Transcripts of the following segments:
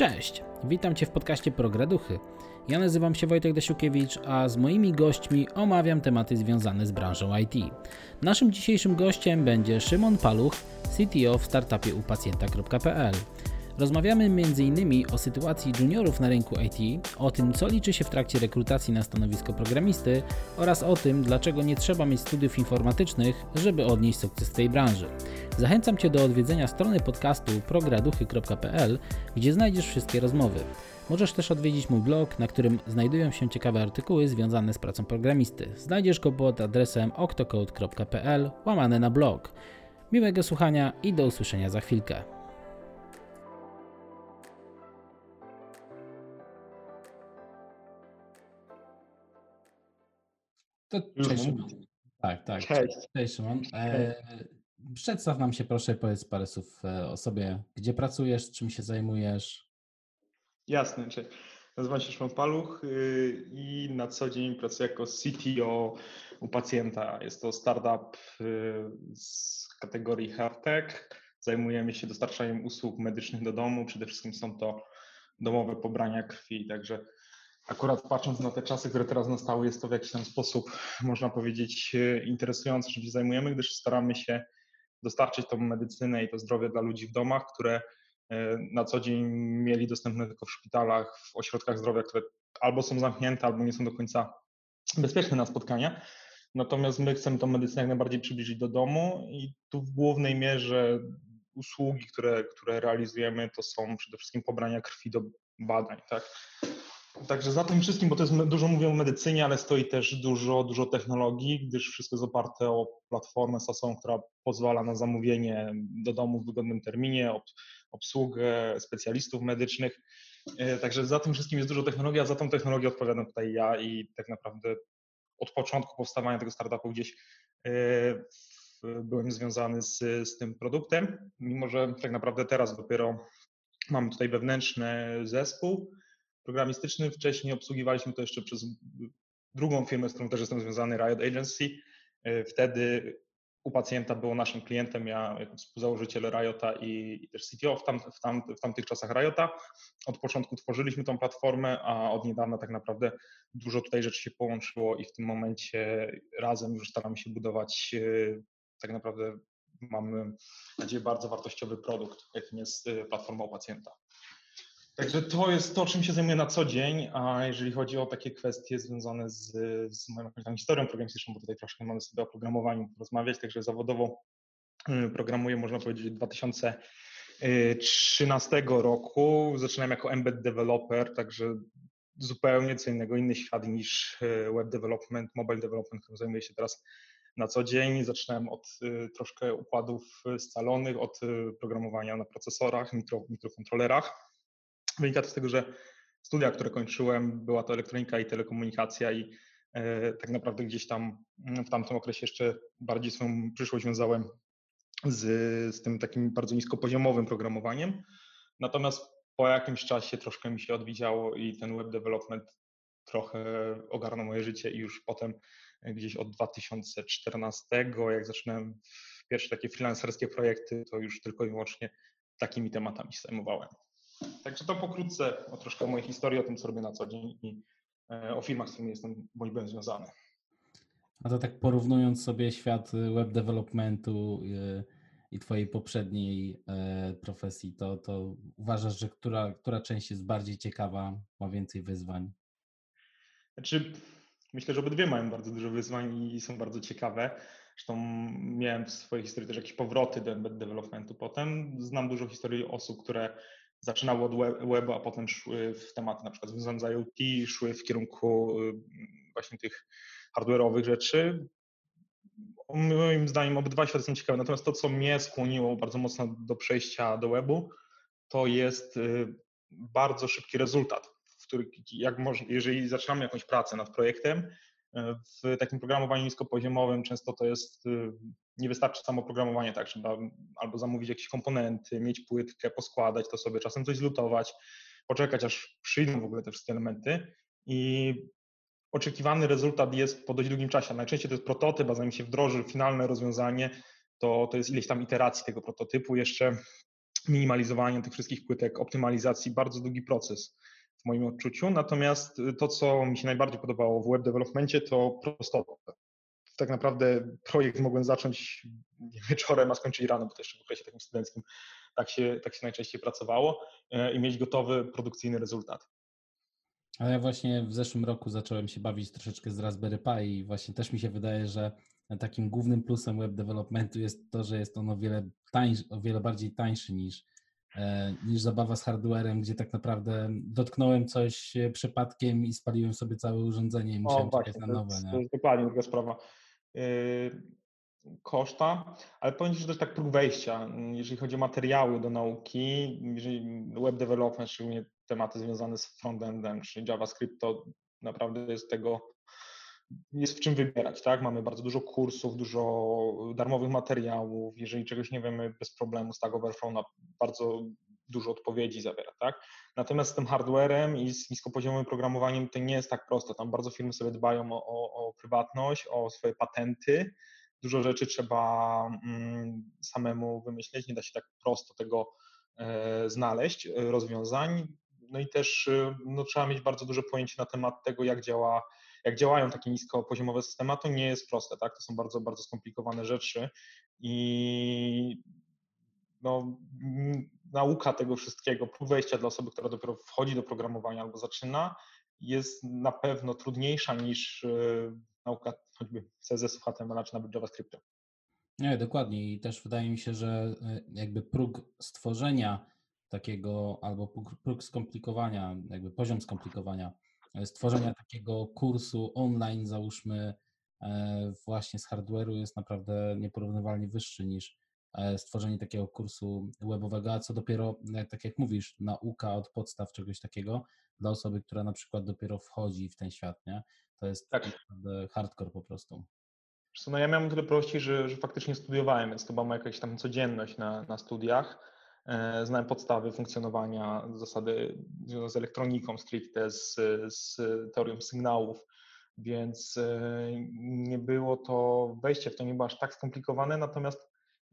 Cześć, witam Cię w podcaście Prograduchy. Ja nazywam się Wojtek Dasiukiewicz, a z moimi gośćmi omawiam tematy związane z branżą IT. Naszym dzisiejszym gościem będzie Szymon Paluch, CTO w startupie upacjenta.pl. Rozmawiamy m.in. o sytuacji juniorów na rynku IT, o tym, co liczy się w trakcie rekrutacji na stanowisko programisty oraz o tym, dlaczego nie trzeba mieć studiów informatycznych, żeby odnieść sukces w tej branży. Zachęcam Cię do odwiedzenia strony podcastu prograduchy.pl, gdzie znajdziesz wszystkie rozmowy. Możesz też odwiedzić mój blog, na którym znajdują się ciekawe artykuły związane z pracą programisty. Znajdziesz go pod adresem octocode.pl/blog. Miłego słuchania i do usłyszenia za chwilkę. To cześć Szymon. Tak. Cześć Szymon. Przedstaw nam się proszę, powiedz parę słów o sobie, gdzie pracujesz, czym się zajmujesz. Jasne, cześć. Nazywam się Szymon Paluch i na co dzień pracuję jako CTO u Pacjenta. Jest to startup z kategorii Health Tech. Zajmujemy się dostarczaniem usług medycznych do domu. Przede wszystkim są to domowe pobrania krwi. Także akurat patrząc na te czasy, które teraz nastały, jest to w jakiś tam sposób, można powiedzieć, interesujące, czym się zajmujemy, gdyż staramy się dostarczyć tą medycynę i to zdrowie dla ludzi w domach, które na co dzień mieli dostępne tylko w szpitalach, w ośrodkach zdrowia, które albo są zamknięte, albo nie są do końca bezpieczne na spotkania. Natomiast my chcemy tą medycynę jak najbardziej przybliżyć do domu i tu w głównej mierze usługi, które realizujemy, to są przede wszystkim pobrania krwi do badań, tak? Także za tym wszystkim, bo to jest dużo mówię o medycynie, ale stoi też dużo technologii, gdyż wszystko jest oparte o platformę SaaS-ową, która pozwala na zamówienie do domu w wygodnym terminie, obsługę specjalistów medycznych. Także za tym wszystkim jest dużo technologii, a za tą technologię odpowiadam tutaj ja i tak naprawdę od początku powstawania tego startupu gdzieś byłem związany z tym produktem, mimo że tak naprawdę teraz dopiero mamy tutaj wewnętrzny zespół programistyczny. Wcześniej obsługiwaliśmy to jeszcze przez drugą firmę, z którą też jestem związany, Riot Agency. Wtedy u Pacjenta było naszym klientem, ja jako współzałożyciel Riota i też CTO w tamtych czasach Riota. Od początku tworzyliśmy tą platformę, a od niedawna tak naprawdę dużo tutaj rzeczy się połączyło i w tym momencie razem już staramy się budować tak naprawdę mamy nadzieję bardzo wartościowy produkt, jakim jest platforma u Pacjenta. Także to jest to, czym się zajmuję na co dzień, a jeżeli chodzi o takie kwestie związane z moją jakąś tam historią programistyczną, bo tutaj troszkę mamy sobie o programowaniu porozmawiać, także zawodowo programuję, można powiedzieć, od 2013 roku. Zaczynałem jako embed developer, także zupełnie co innego, inny świat niż web development, mobile development, którym zajmuję się teraz na co dzień. Zaczynałem od troszkę układów scalonych, od programowania na procesorach, mikrokontrolerach. Wynika to z tego, że studia, które kończyłem, była to elektronika i telekomunikacja i tak naprawdę gdzieś tam w tamtym okresie jeszcze bardziej swoją przyszłość wiązałem z tym takim bardzo niskopoziomowym programowaniem. Natomiast po jakimś czasie troszkę mi się odwidziało i ten web development trochę ogarnął moje życie i już potem gdzieś od 2014, jak zaczynałem pierwsze takie freelancerskie projekty, to już tylko i wyłącznie takimi tematami się zajmowałem. Także to pokrótce o troszkę mojej historii, o tym, co robię na co dzień i o firmach, z którymi jestem bądź byłem związany. A to tak porównując sobie świat web developmentu i twojej poprzedniej profesji, to uważasz, że która część jest bardziej ciekawa, ma więcej wyzwań? Znaczy, myślę, że obydwie mają bardzo dużo wyzwań i są bardzo ciekawe. Zresztą miałem w swojej historii też jakieś powroty do web developmentu potem. Znam dużo historii osób, które zaczynały od webu, a potem szły w tematy na przykład związane z IoT, szły w kierunku właśnie tych hardware'owych rzeczy. Moim zdaniem obydwa światy są ciekawe, natomiast to, co mnie skłoniło bardzo mocno do przejścia do webu, to jest bardzo szybki rezultat, w który jeżeli zaczynamy jakąś pracę nad projektem, w takim programowaniu niskopoziomowym często to jest, nie wystarczy samo programowanie, tak, trzeba albo zamówić jakieś komponenty, mieć płytkę, poskładać to sobie, czasem coś zlutować, poczekać aż przyjdą w ogóle te wszystkie elementy i oczekiwany rezultat jest po dość długim czasie. Najczęściej to jest prototyp, a zanim się wdroży finalne rozwiązanie, to jest ileś tam iteracji tego prototypu jeszcze. minimalizowania tych wszystkich płytek, optymalizacji, bardzo długi proces w moim odczuciu. Natomiast to, co mi się najbardziej podobało w web developmencie, to prostota. Tak naprawdę projekt mogłem zacząć wieczorem, a skończyć rano, bo też w okresie takim studenckim tak się najczęściej pracowało i mieć gotowy, produkcyjny rezultat. Ale ja właśnie w zeszłym roku zacząłem się bawić troszeczkę z Raspberry Pi i właśnie też mi się wydaje, że takim głównym plusem web developmentu jest to, że jest on o wiele bardziej tańszy niż zabawa z hardwarem, gdzie tak naprawdę dotknąłem coś przypadkiem i spaliłem sobie całe urządzenie i O musiałem czekać właśnie, na to nowe, jest, to nie? jest dokładnie druga sprawa. Koszta, ale powiem Ci, że też tak próg wejścia, jeżeli chodzi o materiały do nauki, jeżeli web development, szczególnie tematy związane z frontendem czy JavaScript, to naprawdę jest w czym wybierać, tak? Mamy bardzo dużo kursów, dużo darmowych materiałów. Jeżeli czegoś nie wiemy, bez problemu Stack Overflow bardzo dużo odpowiedzi zawiera, tak? Natomiast z tym hardwarem i z niskopoziomowym programowaniem to nie jest tak prosto. Tam bardzo firmy sobie dbają o prywatność, o swoje patenty. Dużo rzeczy trzeba samemu wymyśleć, nie da się tak prosto tego znaleźć, rozwiązań. No i też trzeba mieć bardzo duże pojęcie na temat tego, jak działają takie niskopoziomowe systemy, a to nie jest proste, tak? To są bardzo, bardzo skomplikowane rzeczy i nauka tego wszystkiego, próg wejścia dla osoby, która dopiero wchodzi do programowania albo zaczyna, jest na pewno trudniejsza niż nauka choćby CSS, HTML czy nawet JavaScriptu. Nie, dokładnie i też wydaje mi się, że jakby próg stworzenia takiego albo próg skomplikowania, jakby poziom skomplikowania, stworzenia takiego kursu online, załóżmy właśnie z hardware'u jest naprawdę nieporównywalnie wyższy niż stworzenie takiego kursu webowego, a co dopiero, tak jak mówisz, nauka od podstaw czegoś takiego dla osoby, która na przykład dopiero wchodzi w ten świat, nie? To jest Tak. naprawdę hardcore po prostu. Wiesz co, no ja miałem tyle prościej, że faktycznie studiowałem, więc to była moja jakaś tam codzienność na studiach. Znałem podstawy funkcjonowania, zasady związane z elektroniką stricte, z teorią sygnałów, więc nie było to, wejście w to nie było aż tak skomplikowane, natomiast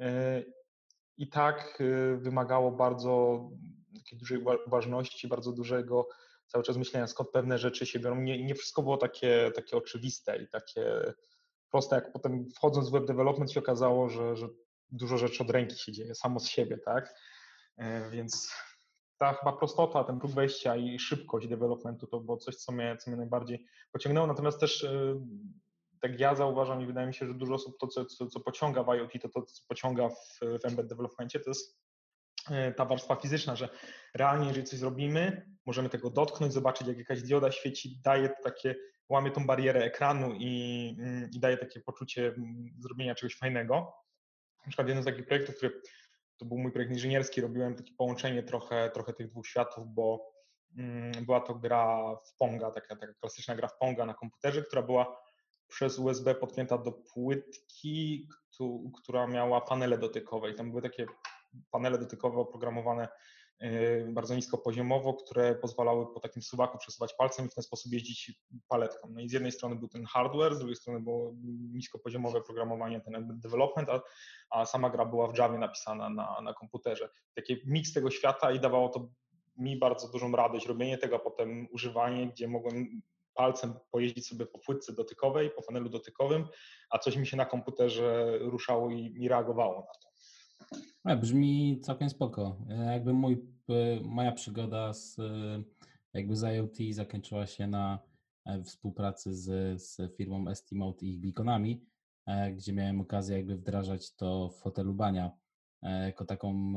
i tak wymagało bardzo takiej dużej uważności, bardzo dużego cały czas myślenia, skąd pewne rzeczy się biorą. Nie wszystko było takie oczywiste i takie proste, jak potem wchodząc w web development się okazało, że dużo rzeczy od ręki się dzieje, samo z siebie, tak? Więc ta chyba prostota, ten próg wejścia i szybkość developmentu to było coś, co mnie najbardziej pociągnęło. Natomiast też tak ja zauważam i wydaje mi się, że dużo osób to, co pociąga w IoT, to co pociąga w embed developmencie, to jest ta warstwa fizyczna, że realnie, jeżeli coś zrobimy, możemy tego dotknąć, zobaczyć, jak jakaś dioda świeci, daje takie, łamie tą barierę ekranu i daje takie poczucie zrobienia czegoś fajnego. Na przykład jeden z takich projektów, to był mój projekt inżynierski, robiłem takie połączenie trochę tych dwóch światów, bo była to gra w Ponga, taka klasyczna gra w Ponga na komputerze, która była przez USB podpięta do płytki, która miała panele dotykowe i tam były takie panele dotykowe oprogramowane bardzo niskopoziomowo, które pozwalały po takim suwaku przesuwać palcem i w ten sposób jeździć paletką. No i z jednej strony był ten hardware, z drugiej strony było niskopoziomowe programowanie, ten development, a sama gra była w Javie napisana na komputerze. Taki miks tego świata i dawało to mi bardzo dużą radość robienie tego, a potem używanie, gdzie mogłem palcem pojeździć sobie po płytce dotykowej, po panelu dotykowym, a coś mi się na komputerze ruszało i reagowało na to. Brzmi całkiem spoko. Jakby moja przygoda jakby z IoT zakończyła się na współpracy z firmą Estimote i ich beaconami, gdzie miałem okazję jakby wdrażać to w hotelu Bania jako taką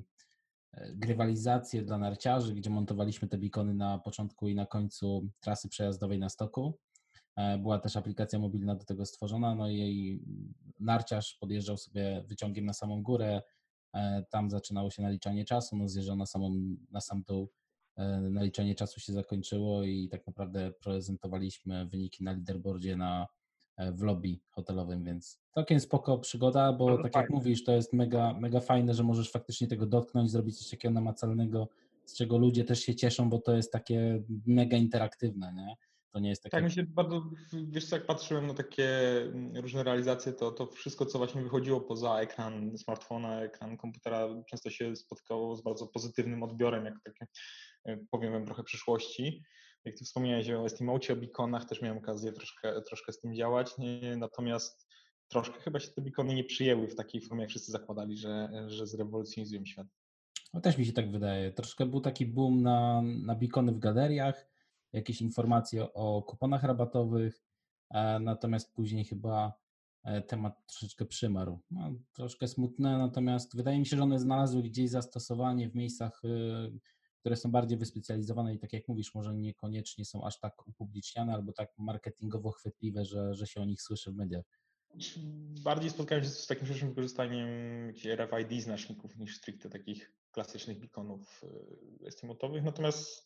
grywalizację dla narciarzy, gdzie montowaliśmy te beacony na początku i na końcu trasy przejazdowej na stoku. Była też aplikacja mobilna do tego stworzona, no i jej narciarz podjeżdżał sobie wyciągiem na samą górę, tam zaczynało się naliczanie czasu, no zjeżdżał na sam dół, naliczanie czasu się zakończyło i tak naprawdę prezentowaliśmy wyniki na leaderboardzie w lobby hotelowym, więc całkiem spoko przygoda, bo Bardzo tak jak fajne. mówisz, to jest mega, mega fajne, że możesz faktycznie tego dotknąć, zrobić coś takiego namacalnego, z czego ludzie też się cieszą, bo to jest takie mega interaktywne, nie? To nie jest tak Tak, jak... mi się bardzo, wiesz co, jak patrzyłem na takie różne realizacje, to wszystko, co właśnie wychodziło poza ekran smartfona, ekran komputera, często się spotkało z bardzo pozytywnym odbiorem, jak takie, powiem trochę przyszłości. Jak ty wspomniałeś o Estimocie, o beaconach, też miałem okazję troszkę z tym działać, natomiast troszkę chyba się te beacony nie przyjęły w takiej formie, jak wszyscy zakładali, że zrewolucjonizują świat. No też mi się tak wydaje. Troszkę był taki boom na beacony w galeriach, jakieś informacje o kuponach rabatowych, natomiast później chyba temat troszeczkę przymarł. No, troszkę smutne, natomiast wydaje mi się, że one znalazły gdzieś zastosowanie w miejscach, które są bardziej wyspecjalizowane i tak jak mówisz, może niekoniecznie są aż tak upubliczniane albo tak marketingowo chwytliwe, że się o nich słyszy w mediach. Bardziej spotkałem się z takim szerszym wykorzystaniem jakichś RFID znaczników niż stricte takich klasycznych beaconów estimotowych, natomiast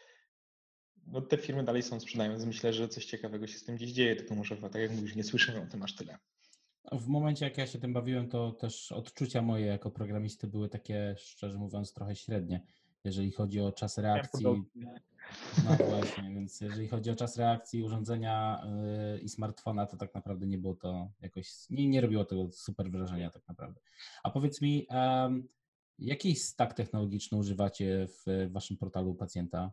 no, te firmy dalej są, sprzedają, więc myślę, że coś ciekawego się z tym gdzieś dzieje, tylko może tak jak mówisz, nie słyszymy o tym aż tyle. W momencie, jak ja się tym bawiłem, to też odczucia moje jako programisty były takie, szczerze mówiąc, trochę średnie, jeżeli chodzi o czas Miałem reakcji. podobnie. No właśnie, więc jeżeli chodzi o czas reakcji urządzenia i smartfona, to tak naprawdę nie było to jakoś, nie robiło tego super wrażenia tak naprawdę. A powiedz mi, jaki stack technologiczny używacie w waszym portalu pacjenta?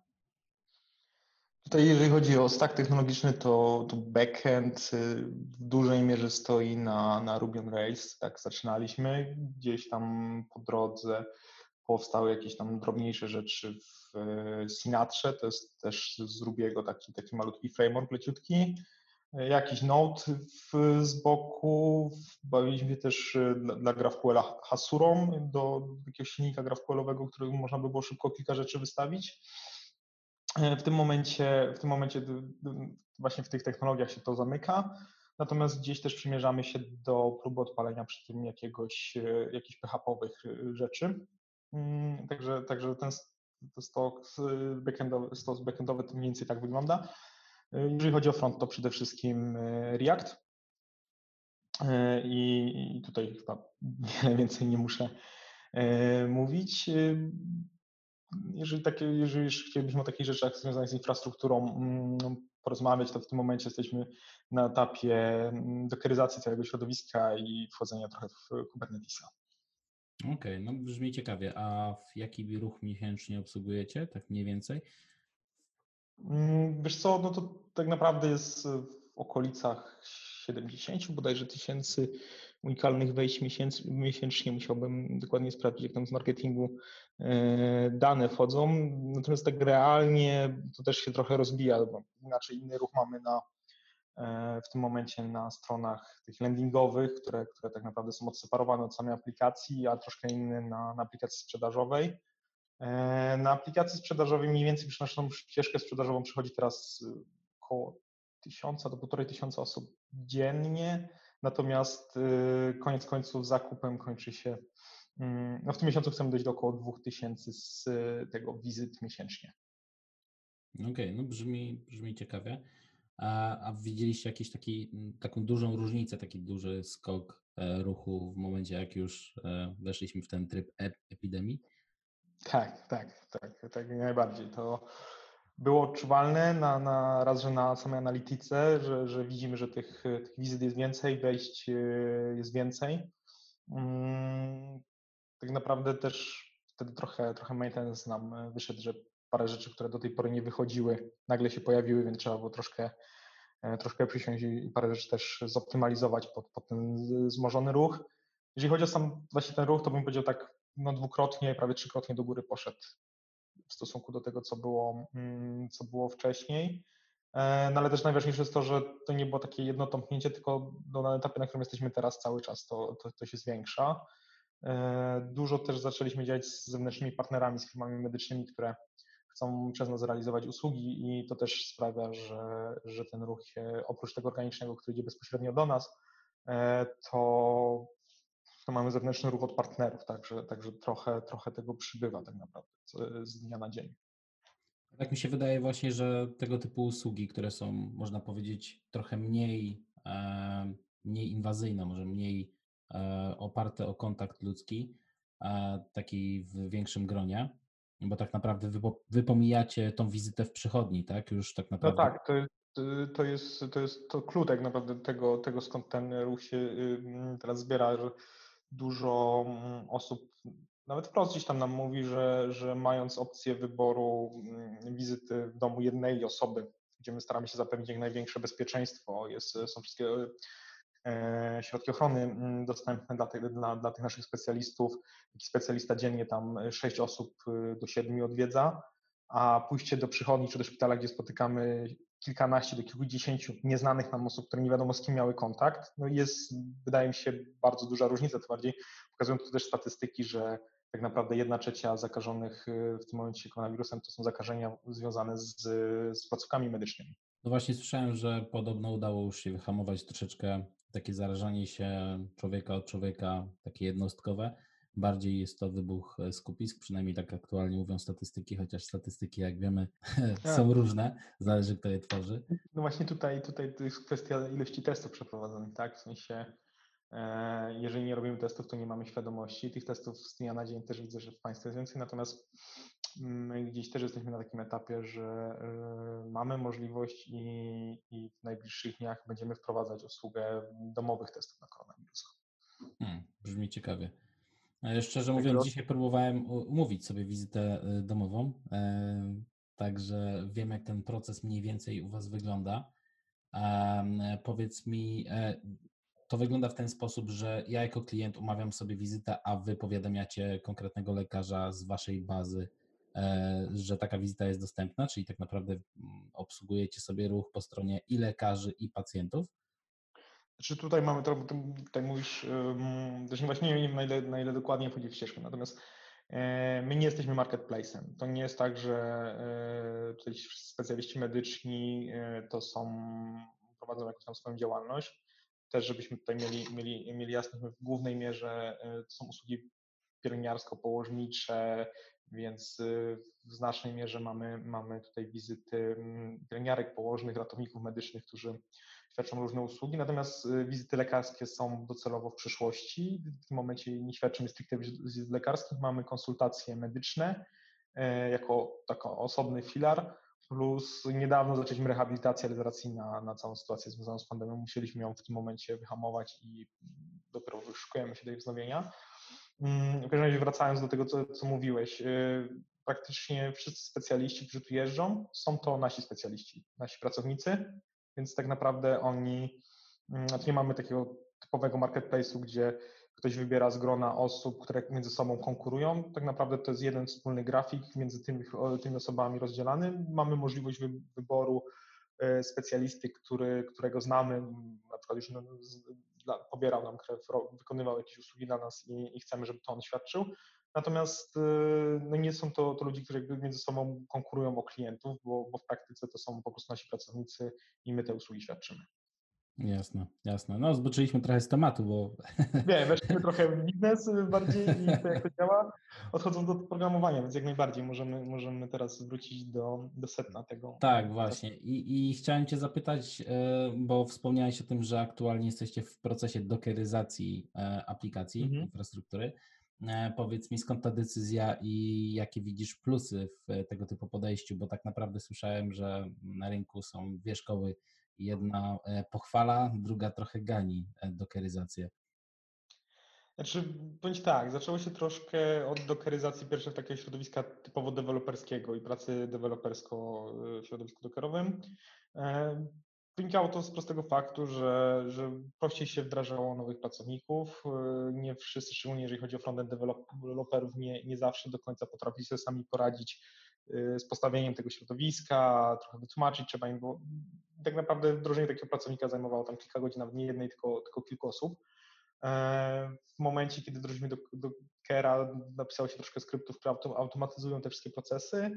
Tutaj jeżeli chodzi o stack technologiczny, to backend w dużej mierze stoi na Ruby on Rails. Tak zaczynaliśmy. Gdzieś tam po drodze powstały jakieś tam drobniejsze rzeczy w Sinatrze. To jest też z Rubiego taki malutki framework leciutki. Jakiś Node z boku. Bawiliśmy się też dla GraphQL-a Hasurą do jakiegoś silnika GraphQL-owego, którym można by było szybko kilka rzeczy wystawić. W tym momencie właśnie w tych technologiach się to zamyka, natomiast gdzieś też przymierzamy się do próby odpalenia przy tym jakichś PHP-owych rzeczy. Także ten stos backendowy to mniej więcej tak wygląda. Jeżeli chodzi o front, to przede wszystkim React i tutaj chyba wiele więcej nie muszę mówić. Jeżeli już chcielibyśmy o takich rzeczach związanych z infrastrukturą porozmawiać, to w tym momencie jesteśmy na etapie dokkeryzacji całego środowiska i wchodzenia trochę w Kubernetesa. Okej, no brzmi ciekawie. A w jaki ruch miesięcznie obsługujecie, tak mniej więcej? Wiesz co, no to tak naprawdę jest w okolicach 70 bodajże tysięcy unikalnych wejść miesięcznie. Musiałbym dokładnie sprawdzić, jak tam z marketingu dane wchodzą. Natomiast tak realnie to też się trochę rozbija, bo inaczej inny ruch mamy w tym momencie na stronach tych landingowych, które tak naprawdę są odseparowane od samej aplikacji, a troszkę inny na aplikacji sprzedażowej. Na aplikacji sprzedażowej mniej więcej przez naszą ścieżkę sprzedażową przychodzi teraz około 1000 do 1500 osób dziennie, natomiast koniec końców zakupem kończy się, no w tym miesiącu chcemy dojść do około 2000 z tego wizyt miesięcznie. Okej, no brzmi ciekawie. A widzieliście jakiś taką dużą różnicę, taki duży skok ruchu w momencie, jak już weszliśmy w ten tryb epidemii? Tak, jak najbardziej. To było odczuwalne raz, że na samej analityce, że widzimy, że tych wizyt jest więcej, wejść jest więcej. Tak naprawdę też wtedy trochę maintenance nam wyszedł, że parę rzeczy, które do tej pory nie wychodziły, nagle się pojawiły, więc trzeba było troszkę przysiąść i parę rzeczy też zoptymalizować pod ten wzmożony ruch. Jeżeli chodzi o sam właśnie ten ruch, to bym powiedział tak, no dwukrotnie, prawie trzykrotnie do góry poszedł w stosunku do tego, co było wcześniej. No ale też najważniejsze jest to, że to nie było takie jedno tąpnięcie, tylko na etapie, na którym jesteśmy teraz cały czas, to się zwiększa. Dużo też zaczęliśmy działać z zewnętrznymi partnerami, z firmami medycznymi, które chcą przez nas realizować usługi i to też sprawia, że ten ruch się, oprócz tego organicznego, który idzie bezpośrednio do nas, to mamy zewnętrzny ruch od partnerów, także trochę tego przybywa tak naprawdę z dnia na dzień. Tak mi się wydaje właśnie, że tego typu usługi, które są, można powiedzieć, trochę mniej inwazyjne, może mniej oparte o kontakt ludzki, taki w większym gronie, bo tak naprawdę wy pomijacie tą wizytę w przychodni, tak? Już tak No naprawdę. tak, To clue tak naprawdę tego, skąd ten ruch się teraz zbiera, że dużo osób nawet wprost gdzieś tam nam mówi, że mając opcję wyboru wizyty w domu jednej osoby, gdzie my staramy się zapewnić jak największe bezpieczeństwo, są wszystkie środki ochrony dostępne dla tych naszych specjalistów. Taki specjalista dziennie tam 6 osób do 7 odwiedza, a pójście do przychodni czy do szpitala, gdzie spotykamy kilkanaście do kilkudziesięciu nieznanych nam osób, które nie wiadomo z kim miały kontakt, no jest, wydaje mi się, bardzo duża różnica. To bardziej pokazują to też statystyki, że tak naprawdę 1/3 zakażonych w tym momencie koronawirusem to są zakażenia związane z placówkami medycznymi. No właśnie słyszałem, że podobno udało już się wyhamować troszeczkę takie zarażanie się człowieka od człowieka, takie jednostkowe. Bardziej jest to wybuch skupisk, przynajmniej tak aktualnie mówią statystyki, chociaż statystyki, jak wiemy, A, są różne, zależy kto je tworzy. no właśnie tutaj to jest kwestia ilości testów przeprowadzonych, tak? W sensie, jeżeli nie robimy testów, to nie mamy świadomości. Tych testów z dnia na dzień też widzę, że w państwie jest więcej, natomiast my gdzieś też jesteśmy na takim etapie, że mamy możliwość i w najbliższych dniach będziemy wprowadzać usługę domowych testów na koronawirusa. Brzmi ciekawie. Szczerze Także mówiąc, dzisiaj próbowałem umówić sobie wizytę domową, także wiem, jak ten proces mniej więcej u Was wygląda. Powiedz mi, to wygląda w ten sposób, że ja jako klient umawiam sobie wizytę, a Wy powiadamiacie konkretnego lekarza z Waszej bazy, że taka wizyta jest dostępna, czyli tak naprawdę obsługujecie sobie ruch po stronie i lekarzy, i pacjentów. Znaczy tutaj mamy to, bo tutaj mówisz, też właśnie nie wiem na ile dokładnie wchodzi w ścieżkę, natomiast my nie jesteśmy marketplace'em. To nie jest tak, że tutaj specjaliści medyczni to prowadzą jakąś tam swoją działalność. Też żebyśmy tutaj mieli jasność, my w głównej mierze to są usługi pielęgniarsko-położnicze, więc w znacznej mierze mamy tutaj wizyty pielęgniarek, położnych, ratowników medycznych, którzy świadczą różne usługi, natomiast wizyty lekarskie są docelowo w przyszłości. W tym momencie nie świadczymy stricte wizyt lekarskich, mamy konsultacje medyczne jako osobny filar, plus niedawno zaczęliśmy rehabilitację, ale z racji na całą sytuację związaną z pandemią musieliśmy ją w tym momencie wyhamować i dopiero wyszukujemy się do jej wznowienia. W każdym razie wracając do tego, co mówiłeś, praktycznie wszyscy specjaliści, którzy tu jeżdżą, są to nasi specjaliści, nasi pracownicy, więc tak naprawdę znaczy nie mamy takiego typowego marketplace'u, gdzie ktoś wybiera z grona osób, które między sobą konkurują. Tak naprawdę to jest jeden wspólny grafik między tymi osobami rozdzielany. Mamy możliwość wyboru specjalisty, którego znamy, na przykład już pobierał nam krew, wykonywał jakieś usługi dla nas i chcemy, żeby to on świadczył. Natomiast no nie są to ludzie, którzy jakby między sobą konkurują o klientów, bo w praktyce to są po prostu nasi pracownicy i my te usługi świadczymy. Jasne, jasne. No, zboczyliśmy trochę z tematu, bo Wiem, weszliśmy trochę w biznes bardziej i to, jak to działa, odchodząc do programowania, więc jak najbardziej możemy teraz wrócić do sedna tego tak, procesu. właśnie. I chciałem Cię zapytać, bo wspomniałeś o tym, że aktualnie jesteście w procesie dockeryzacji aplikacji, Mhm. infrastruktury. Powiedz mi, skąd ta decyzja i jakie widzisz plusy w tego typu podejściu, bo tak naprawdę słyszałem, że na rynku są dwie szkoły. Jedna pochwala, druga trochę gani dockeryzację. Znaczy, bądź tak, zaczęło się troszkę od dockeryzacji pierwszych takiego środowiska typowo deweloperskiego i pracy dewelopersko w środowisku dockerowym. E, Wynikało to z prostego faktu, że prościej się wdrażało nowych pracowników. Nie wszyscy, szczególnie jeżeli chodzi o frontend deweloperów, nie zawsze do końca potrafili sobie sami poradzić z postawieniem tego środowiska, trochę wytłumaczyć trzeba im, bo tak naprawdę wdrożenie takiego pracownika zajmowało tam kilka godzin, nawet nie jednej, tylko kilku osób. W momencie, kiedy wdrożyliśmy do Kera, napisało się troszkę skryptów, które automatyzują te wszystkie procesy.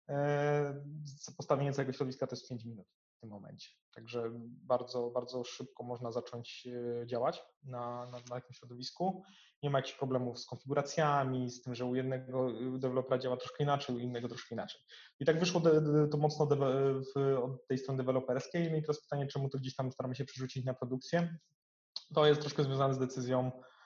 Postawienie całego środowiska to jest 5 minut w tym momencie. Także bardzo, bardzo szybko można zacząć działać na jakimś środowisku. Nie ma jakichś problemów z konfiguracjami, z tym, że u jednego dewelopera działa troszkę inaczej, u innego troszkę inaczej. I tak wyszło to mocno od tej strony deweloperskiej. No i teraz pytanie, czemu to gdzieś tam staramy się przerzucić na produkcję. To jest troszkę związane z decyzją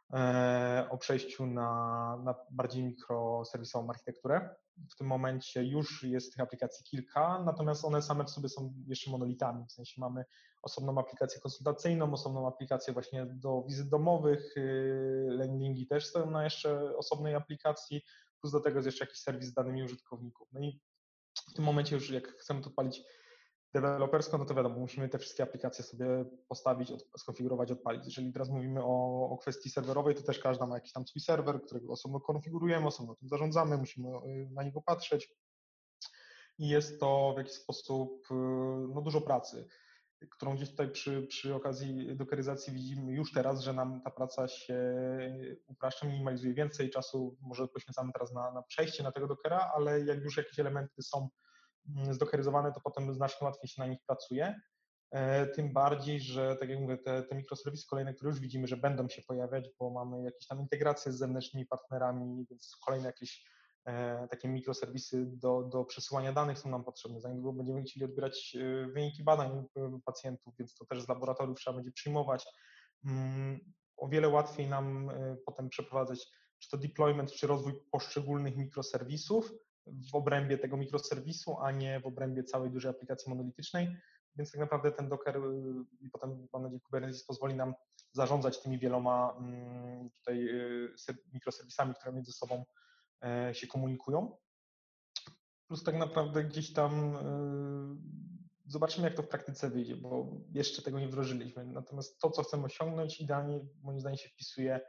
o przejściu na bardziej mikroserwisową architekturę. W tym momencie już jest tych aplikacji kilka, natomiast one same w sobie są jeszcze monolitami, w sensie mamy osobną aplikację konsultacyjną, osobną aplikację właśnie do wizyt domowych, landingi też stoją na jeszcze osobnej aplikacji, plus do tego jest jeszcze jakiś serwis z danymi użytkowników. No i w tym momencie już jak chcemy to odpalić dewelopersko, no to wiadomo, musimy te wszystkie aplikacje sobie postawić, skonfigurować, odpalić. Jeżeli teraz mówimy o kwestii serwerowej, to też każda ma jakiś tam swój serwer, którego osobno konfigurujemy, osobno tym zarządzamy, musimy na niego patrzeć i jest to w jakiś sposób no, dużo pracy, którą gdzieś tutaj przy okazji dokkeryzacji widzimy już teraz, że nam ta praca się upraszcza, minimalizuje, więcej czasu może poświęcamy teraz na przejście na tego dockera, ale jak już jakieś elementy są zdokkeryzowane, to potem znacznie łatwiej się na nich pracuje. Tym bardziej, że tak jak mówię, te mikroserwisy kolejne, które już widzimy, że będą się pojawiać, bo mamy jakieś tam integracje z zewnętrznymi partnerami, więc kolejne jakieś takie mikroserwisy do przesyłania danych są nam potrzebne. Za niedługo będziemy chcieli odbierać wyniki badań pacjentów, więc to też z laboratoriów trzeba będzie przyjmować. O wiele łatwiej nam potem przeprowadzać czy to deployment, czy rozwój poszczególnych mikroserwisów w obrębie tego mikroserwisu, a nie w obrębie całej dużej aplikacji monolitycznej. Więc tak naprawdę ten Docker i potem mam nadzieję Kubernetes pozwoli nam zarządzać tymi wieloma tutaj mikroserwisami, które między sobą się komunikują. Plus tak naprawdę gdzieś tam zobaczymy, jak to w praktyce wyjdzie, bo jeszcze tego nie wdrożyliśmy. Natomiast to, co chcemy osiągnąć, idealnie moim zdaniem się wpisuje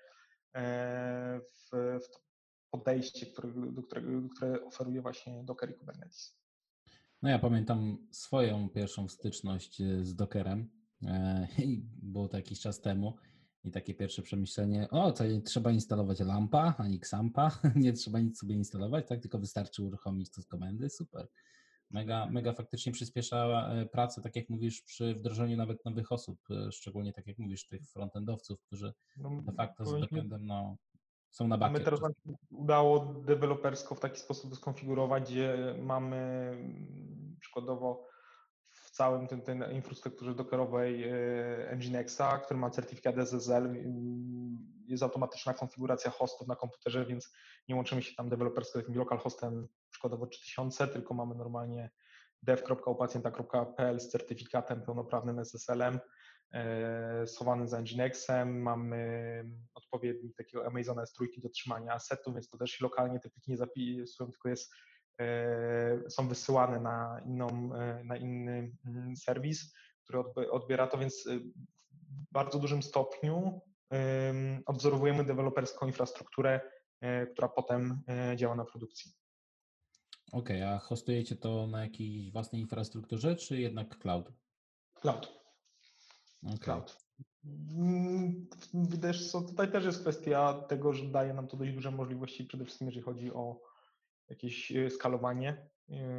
w to podejście, które oferuje właśnie Docker i Kubernetes. No ja pamiętam swoją pierwszą styczność z Dockerem i było to jakiś czas temu i takie pierwsze przemyślenie, to nie trzeba instalować lampa ani Xampa, nie trzeba nic sobie instalować, tak, tylko wystarczy uruchomić to z komendy, super. Mega faktycznie przyspiesza pracę, tak jak mówisz, przy wdrożeniu nawet nowych osób, szczególnie tak jak mówisz, tych frontendowców, którzy No, de facto z powinniśmy backendem są na My bakier. teraz nam się udało dewelopersko w taki sposób skonfigurować, gdzie mamy przykładowo w całym tej infrastrukturze dockerowej Nginxa, który ma certyfikat SSL, jest automatyczna konfiguracja hostów na komputerze, więc nie łączymy się tam dewelopersko z jakimś localhostem przykładowo 3000, tylko mamy normalnie dev.upacjenta.pl z certyfikatem pełnoprawnym SSL-em schowany za Nginxem, mamy odpowiednik takiego Amazona S3 do trzymania asetów, więc to też się lokalnie te pliki nie zapisują, tylko są wysyłane na inny serwis, który odbiera to, więc w bardzo dużym stopniu odwzorowujemy deweloperską infrastrukturę, która potem działa na produkcji. Okej, a hostujecie to na jakiejś własnej infrastrukturze, czy jednak cloud? Cloud. Okej. Cloud. Wiesz co, tutaj też jest kwestia tego, że daje nam to dość duże możliwości, przede wszystkim jeżeli chodzi o jakieś skalowanie,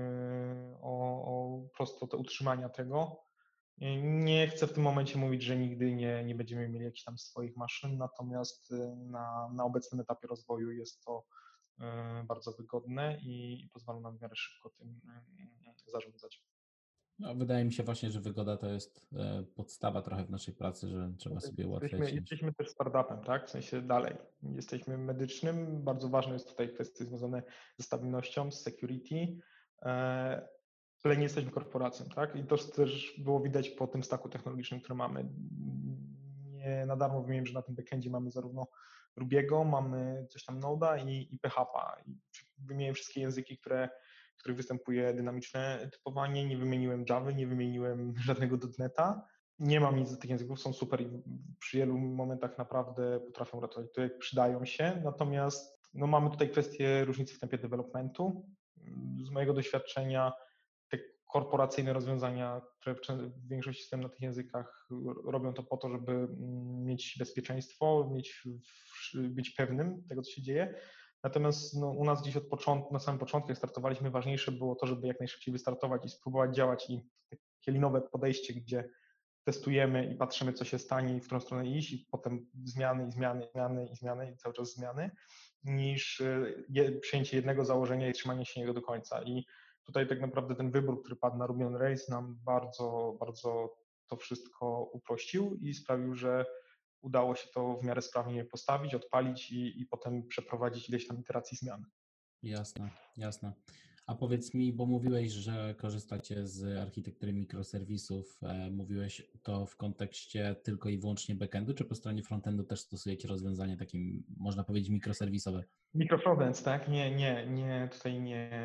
o prostotę utrzymania tego. Nie chcę w tym momencie mówić, że nigdy nie będziemy mieli jakichś tam swoich maszyn, natomiast na obecnym etapie rozwoju jest to bardzo wygodne i pozwala nam w miarę szybko tym zarządzać. No, wydaje mi się właśnie, że wygoda to jest podstawa trochę w naszej pracy, że trzeba sobie ułatwiać niż... Jesteśmy też startupem, tak? W sensie dalej. Jesteśmy medycznym. Bardzo ważne jest tutaj kwestie związane ze stabilnością, z security, ale nie jesteśmy korporacją, tak? I to też było widać po tym stacku technologicznym, który mamy. Nie na darmo wymieniłem, że na tym backendzie mamy zarówno Rubiego, mamy coś tam Node'a i PHP. I wymieniłem wszystkie języki, w których występuje dynamiczne typowanie. Nie wymieniłem Java, nie wymieniłem żadnego .NET'a. Nie mam nic z tych języków, są super i przy wielu momentach naprawdę potrafią ratować, to jak przydają się. Natomiast no, mamy tutaj kwestię różnicy w tempie developmentu. Z mojego doświadczenia te korporacyjne rozwiązania, które w większości systemów na tych językach robią to po to, żeby mieć bezpieczeństwo, być pewnym tego, co się dzieje. Natomiast no, u nas gdzieś na samym początku, jak startowaliśmy, ważniejsze było to, żeby jak najszybciej wystartować i spróbować działać i takie linowe podejście, gdzie testujemy i patrzymy, co się stanie i w którą stronę iść i potem zmiany i cały czas zmiany, niż przyjęcie jednego założenia i trzymanie się niego do końca. I tutaj tak naprawdę ten wybór, który padł na Ruby on Rails nam bardzo to wszystko uprościł i sprawił, że udało się to w miarę sprawnie postawić, odpalić i potem przeprowadzić ileś tam iteracji zmian. Jasne, jasne. A powiedz mi, bo mówiłeś, że korzystacie z architektury mikroserwisów. Mówiłeś to w kontekście tylko i wyłącznie backendu, czy po stronie frontendu też stosujecie rozwiązanie takie, można powiedzieć, mikroserwisowe? Microfrontends, tak? Nie, tutaj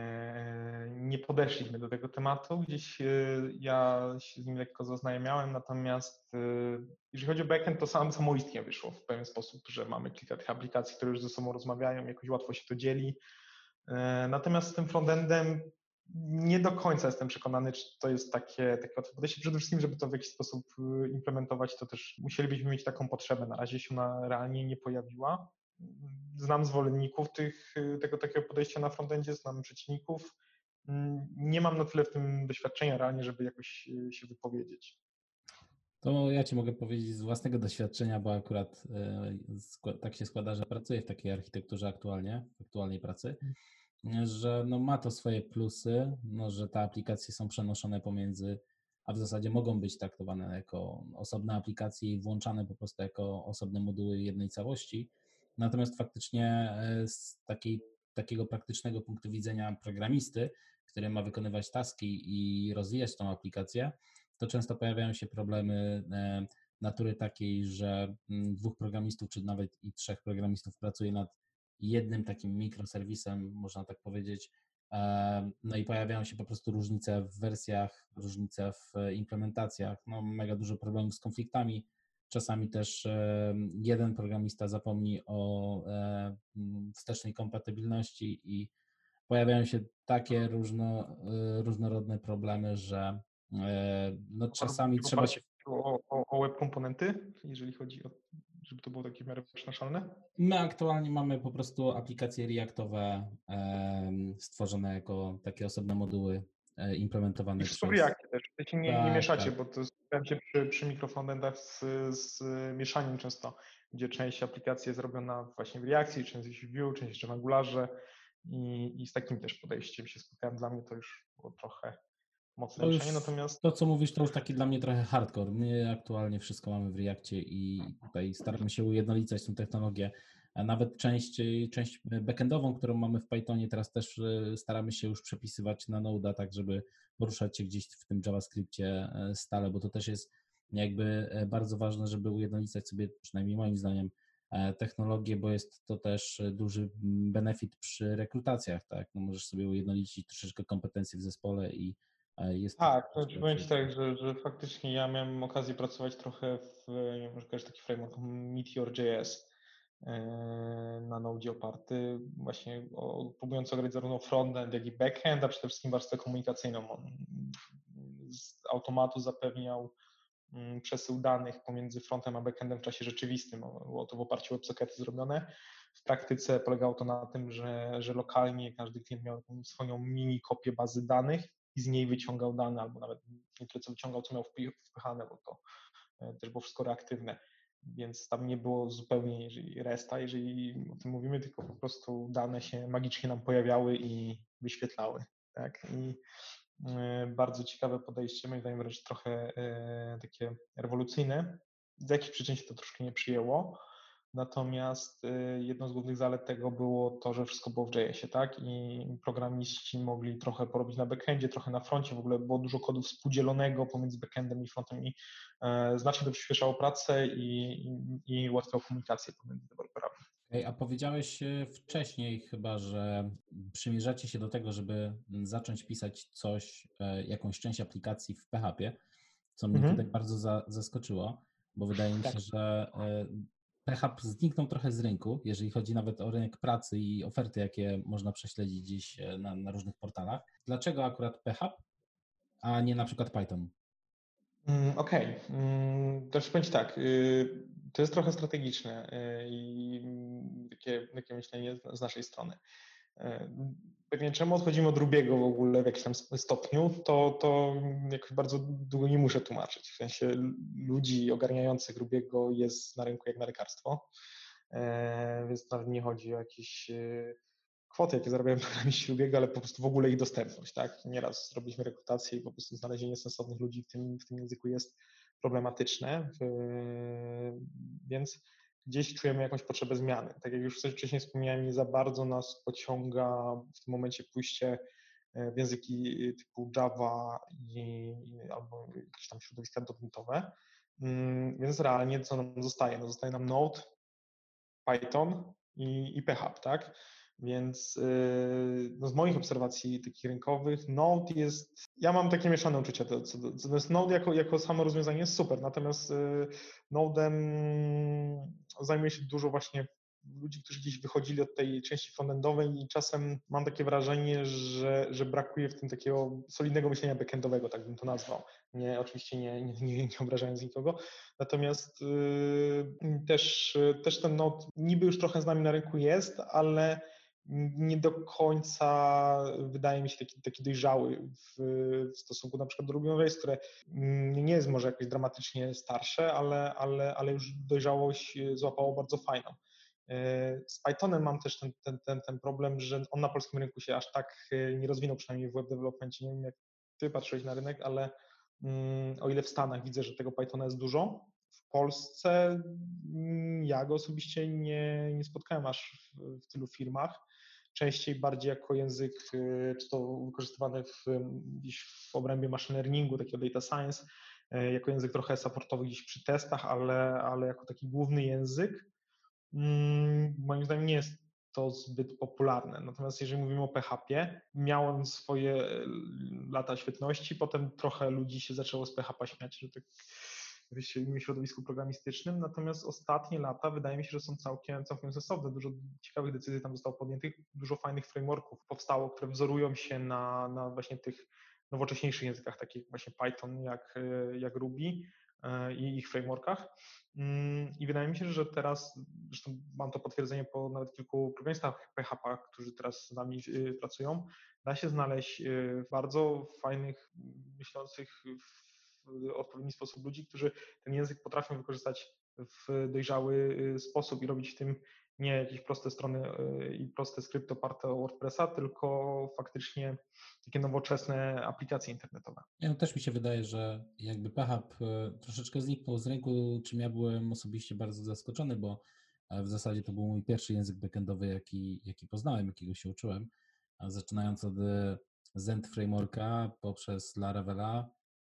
nie podeszliśmy do tego tematu. Gdzieś ja się z nim lekko zaznajamiałem, natomiast jeżeli chodzi o backend, to samoistnie wyszło w pewien sposób, że mamy kilka tych aplikacji, które już ze sobą rozmawiają, jakoś łatwo się to dzieli. Natomiast z tym frontendem nie do końca jestem przekonany, czy to jest takie łatwe podejście. Przede wszystkim, żeby to w jakiś sposób implementować, to też musielibyśmy mieć taką potrzebę. Na razie się ona realnie nie pojawiła. Znam zwolenników tego takiego podejścia na frontendzie, znam przeciwników. Nie mam na tyle w tym doświadczenia realnie, żeby jakoś się wypowiedzieć. To ja Ci mogę powiedzieć z własnego doświadczenia, bo akurat tak się składa, że pracuję w takiej architekturze aktualnie, w aktualnej pracy, że no ma to swoje plusy, no, że te aplikacje są przenoszone pomiędzy, a w zasadzie mogą być traktowane jako osobne aplikacje i włączane po prostu jako osobne moduły jednej całości. Natomiast faktycznie takiego praktycznego punktu widzenia programisty, który ma wykonywać taski i rozwijać tą aplikację, to często pojawiają się problemy natury takiej, że dwóch programistów, czy nawet i trzech programistów pracuje nad jednym takim mikroserwisem, można tak powiedzieć. No i pojawiają się po prostu różnice w wersjach, różnice w implementacjach, no mega dużo problemów z konfliktami. Czasami też jeden programista zapomni o wstecznej kompatybilności i pojawiają się takie różnorodne problemy, że no czasami W trzeba się. oparciu o web komponenty, jeżeli chodzi o, żeby to było takie w miarę przenoszalne. My aktualnie mamy po prostu aplikacje Reactowe stworzone jako takie osobne moduły I implementowane wszystko w przez. Reactie też. Wiecie, nie Tak, mieszacie, tak. bo to spotkałem się przy mikrofrontendach z mieszaniem często, gdzie część aplikacji jest zrobiona właśnie w Reactie, część w Vue, część jeszcze w Angularze i z takim też podejściem się spotkałem. Dla mnie to już było trochę mocne To mieszanie, już natomiast to, co mówisz, to już taki dla mnie trochę hardcore. My aktualnie wszystko mamy w Reactie i tutaj staramy się ujednolicać tę technologię. A nawet część backendową, którą mamy w Pythonie, teraz też staramy się już przepisywać na Node'a, tak żeby poruszać się gdzieś w tym JavaScriptie stale, bo to też jest jakby bardzo ważne, żeby ujednolicać sobie, przynajmniej moim zdaniem, technologię, bo jest to też duży benefit przy rekrutacjach, tak? No możesz sobie ujednolicić troszeczkę kompetencje w zespole i jest to tak, to troszeczkę ci powiem lepsze. Ci tak, że faktycznie ja miałem okazję pracować trochę nie wiem, może kojarzysz taki framework Meteor.js na Node oparty, właśnie próbując ograć zarówno frontend, jak i backend, a przede wszystkim warstwę komunikacyjną. On z automatu zapewniał przesył danych pomiędzy frontem a backendem w czasie rzeczywistym. Było to w oparciu o WebSockety zrobione. W praktyce polegało to na tym, że lokalnie każdy klient miał swoją mini kopię bazy danych i z niej wyciągał dane, albo nawet nie tyle co wyciągał, co miał wpychane, bo to też było wszystko reaktywne. Więc tam nie było zupełnie resta, jeżeli o tym mówimy, tylko po prostu dane się magicznie nam pojawiały i wyświetlały. Tak? I bardzo ciekawe podejście, moim zdaniem wręcz trochę takie rewolucyjne. Z jakich przyczyn się to troszkę nie przyjęło. Natomiast jedną z głównych zalet tego było to, że wszystko było w JS-ie, tak? I programiści mogli trochę porobić na backendzie, trochę na froncie. W ogóle było dużo kodu współdzielonego pomiędzy backendem i frontem i znacznie to przyspieszało pracę i ułatwiało komunikację pomiędzy deweloperami. A powiedziałeś wcześniej chyba, że przymierzacie się do tego, żeby zacząć pisać coś, jakąś część aplikacji w PHP, co mnie tutaj Mhm. bardzo zaskoczyło, bo wydaje mi Tak. się, że PHP zniknął trochę z rynku, jeżeli chodzi nawet o rynek pracy i oferty, jakie można prześledzić gdzieś na różnych portalach. Dlaczego akurat PHP, a nie na przykład Python? Okej. Też powiem Ci tak, to jest trochę strategiczne i takie myślenie z naszej strony. Pewnie czemu odchodzimy od Rubiego w ogóle w jakimś tam stopniu, to jakoś bardzo długo nie muszę tłumaczyć. W sensie ludzi ogarniających Rubiego jest na rynku jak na lekarstwo, więc nawet nie chodzi o jakieś kwoty, jakie zarabiają programiści Rubiego, ale po prostu w ogóle ich dostępność, tak? Nieraz robiliśmy rekrutację i po prostu znalezienie sensownych ludzi w tym języku jest problematyczne, więc gdzieś czujemy jakąś potrzebę zmiany. Tak jak już wcześniej wspomniałem, nie za bardzo nas pociąga w tym momencie pójście w języki typu Java albo jakieś tam środowiska dotnetowe. Więc realnie co nam zostaje? No zostaje nam Node, Python i PHP, tak? Więc no z moich obserwacji takich rynkowych Node jest, ja mam takie mieszane uczucia co do Node jako samo rozwiązanie jest super, natomiast Node'em zajmuje się dużo właśnie ludzi, którzy gdzieś wychodzili od tej części frontendowej i czasem mam takie wrażenie, że brakuje w tym takiego solidnego myślenia backendowego, tak bym to nazwał. Oczywiście nie obrażając nikogo, natomiast też ten Node niby już trochę z nami na rynku jest, ale nie do końca wydaje mi się taki dojrzały w stosunku na przykład do Ruby on Rails, które nie jest może jakoś dramatycznie starsze, ale już dojrzałość złapało bardzo fajną. Z Pythonem mam też ten problem, że on na polskim rynku się aż tak nie rozwinął, przynajmniej w web developmentie. Nie wiem, jak ty patrzyłeś na rynek, ale o ile w Stanach widzę, że tego Pythona jest dużo, w Polsce ja go osobiście nie spotkałem aż w tylu firmach. Częściej bardziej jako język, czy to wykorzystywany gdzieś w obrębie machine learningu, takiego data science, jako język trochę supportowy gdzieś przy testach, ale jako taki główny język, moim zdaniem nie jest to zbyt popularne. Natomiast jeżeli mówimy o PHP, miałem swoje lata świetności, potem trochę ludzi się zaczęło z PHP śmiać, że tak w środowisku programistycznym, natomiast ostatnie lata wydaje mi się, że są całkiem sensowne. Dużo ciekawych decyzji tam zostało podjętych, dużo fajnych frameworków powstało, które wzorują się na właśnie tych nowocześniejszych językach, takich właśnie Python jak Ruby i ich frameworkach. I wydaje mi się, że teraz, zresztą mam to potwierdzenie po nawet kilku programistach PHP, którzy teraz z nami pracują, da się znaleźć bardzo fajnych, myślących w odpowiedni sposób ludzi, którzy ten język potrafią wykorzystać w dojrzały sposób i robić w tym nie jakieś proste strony i proste skrypty oparte o WordPressa, tylko faktycznie takie nowoczesne aplikacje internetowe. No, też mi się wydaje, że jakby PHP troszeczkę zniknął z rynku, czym ja byłem osobiście bardzo zaskoczony, bo w zasadzie to był mój pierwszy język backendowy, jaki poznałem, jakiego się uczyłem, zaczynając od Zend Frameworka poprzez Laravela,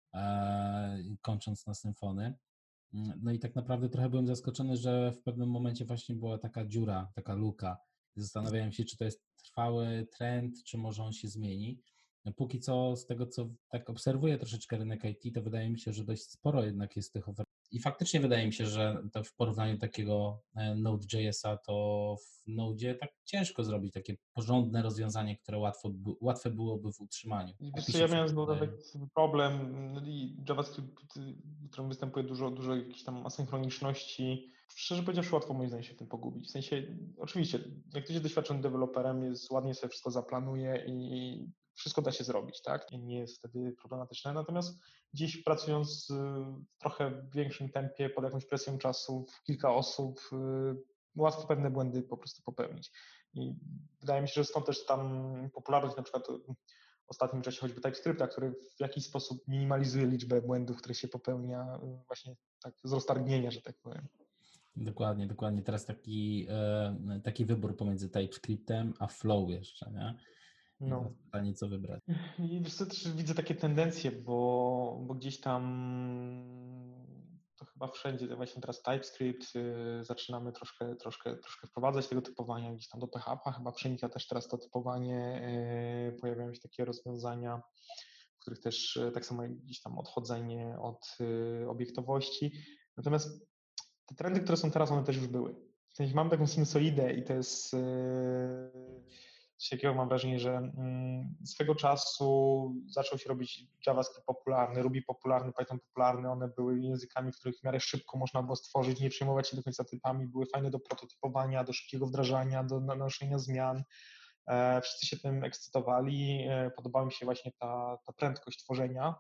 kończąc na Symfony. No i tak naprawdę trochę byłem zaskoczony, że w pewnym momencie właśnie była taka dziura, taka luka. Zastanawiałem się, czy to jest trwały trend, czy może on się zmieni. No póki co, z tego co tak obserwuję troszeczkę rynek IT, to wydaje mi się, że dość sporo jednak jest tych ofert. I faktycznie wydaje mi się, że to w porównaniu takiego Node.jsa, to w Node tak ciężko zrobić takie porządne rozwiązanie, które łatwe byłoby w utrzymaniu. Wiesz Tak mi co, się ja miałem przynajmniej taki wydaje. problem i JavaScript, w którym występuje dużo jakichś tam asynchroniczności. Szczerze powiedziawszy, łatwo moim zdaniem się w tym pogubić. W sensie, oczywiście, jak ktoś jest doświadczonym deweloperem, ładnie sobie wszystko zaplanuje i wszystko da się zrobić, tak? I nie jest wtedy problematyczne. Natomiast gdzieś pracując w trochę większym tempie, pod jakąś presją czasu, w kilka osób, łatwo pewne błędy po prostu popełnić. I wydaje mi się, że stąd też tam popularność na przykład w ostatnim czasie choćby TypeScripta, który w jakiś sposób minimalizuje liczbę błędów, które się popełnia właśnie tak z roztargnienia, że tak powiem. Dokładnie, dokładnie. Teraz taki wybór pomiędzy TypeScriptem a Flow jeszcze, nie? I No. teraz pytanie, co wybrać. I wiesz co, też widzę takie tendencje, bo gdzieś tam to chyba wszędzie właśnie teraz TypeScript zaczynamy troszkę wprowadzać tego typowania gdzieś tam do PHP, chyba przenika też teraz to typowanie, pojawiają się takie rozwiązania, w których też tak samo jak gdzieś tam odchodzenie od obiektowości. Natomiast te trendy, które są teraz, one też już były. W sensie mam taką sinusoidę i to jest coś takiego, mam wrażenie, że swego czasu zaczął się robić JavaScript popularny, Ruby popularny, Python popularny, one były językami, w których w miarę szybko można było stworzyć, nie przejmować się do końca typami, były fajne do prototypowania, do szybkiego wdrażania, do nanoszenia zmian. Wszyscy się tym ekscytowali, podobała mi się właśnie ta prędkość tworzenia.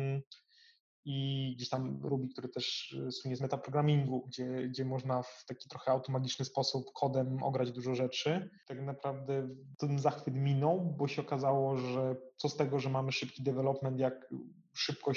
I gdzieś tam Ruby, który też słynie z metaprogrammingu, gdzie można w taki trochę automatyczny sposób kodem ograć dużo rzeczy. Tak naprawdę ten zachwyt minął, bo się okazało, że co z tego, że mamy szybki development, jak szybkość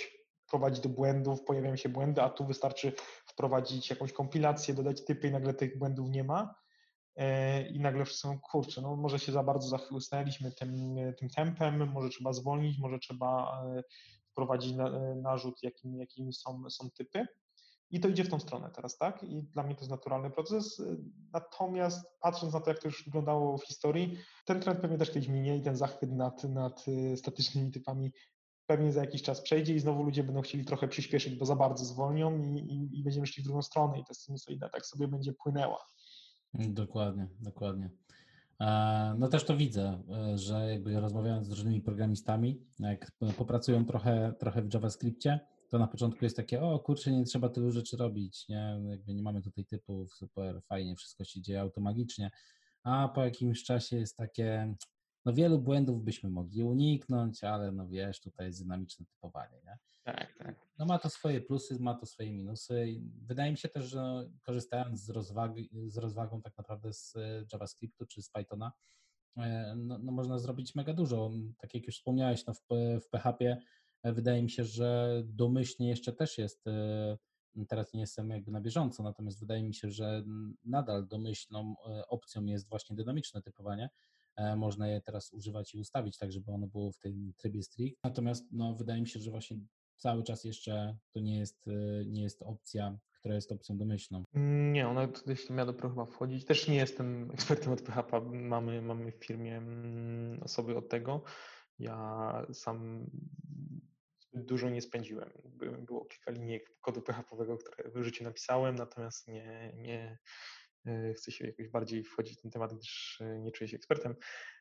prowadzi do błędów, pojawiają się błędy, a tu wystarczy wprowadzić jakąś kompilację, dodać typy i nagle tych błędów nie ma. I nagle wszyscy mówią, kurczę, no może się za bardzo zachłysnęliśmy tym tempem, może trzeba zwolnić, może trzeba wprowadzić narzut, jakim są typy. I to idzie w tą stronę teraz, tak? I dla mnie to jest naturalny proces. Natomiast patrząc na to, jak to już wyglądało w historii, ten trend pewnie też kiedyś minie i ten zachwyt nad statycznymi typami pewnie za jakiś czas przejdzie i znowu ludzie będą chcieli trochę przyspieszyć, bo za bardzo zwolnią i będziemy szli w drugą stronę i ta sinusoida tak sobie będzie płynęła. Dokładnie, dokładnie. No też to widzę, że jakby rozmawiając z różnymi programistami, jak popracują trochę w JavaScriptie, to na początku jest takie, o kurczę, nie trzeba tylu rzeczy robić, nie, jakby nie mamy tutaj typów, super, fajnie, wszystko się dzieje automagicznie, a po jakimś czasie jest takie, no wielu błędów byśmy mogli uniknąć, ale no wiesz, tutaj jest dynamiczne typowanie, nie? Tak, tak. No ma to swoje plusy, ma to swoje minusy. I wydaje mi się też, że korzystając z rozwagą tak naprawdę z JavaScriptu czy z Pythona, no można zrobić mega dużo. Tak jak już wspomniałeś, no w PHP wydaje mi się, że domyślnie jeszcze też jest, teraz nie jestem jakby na bieżąco, natomiast wydaje mi się, że nadal domyślną opcją jest właśnie dynamiczne typowanie. Można je teraz używać i ustawić tak, żeby ono było w tym trybie strict. Natomiast no, wydaje mi się, że właśnie cały czas jeszcze to nie jest opcja, która jest opcją domyślną. Nie, ona jeśli miała dopiero chyba wchodzić. Też nie jestem ekspertem od PHP. Mamy w firmie osoby od tego. Ja sam zbyt dużo nie spędziłem. Było kilka linijek kodu PHP-owego, które w życiu napisałem, natomiast nie chcę się jakoś bardziej wchodzić w ten temat, gdyż nie czuję się ekspertem.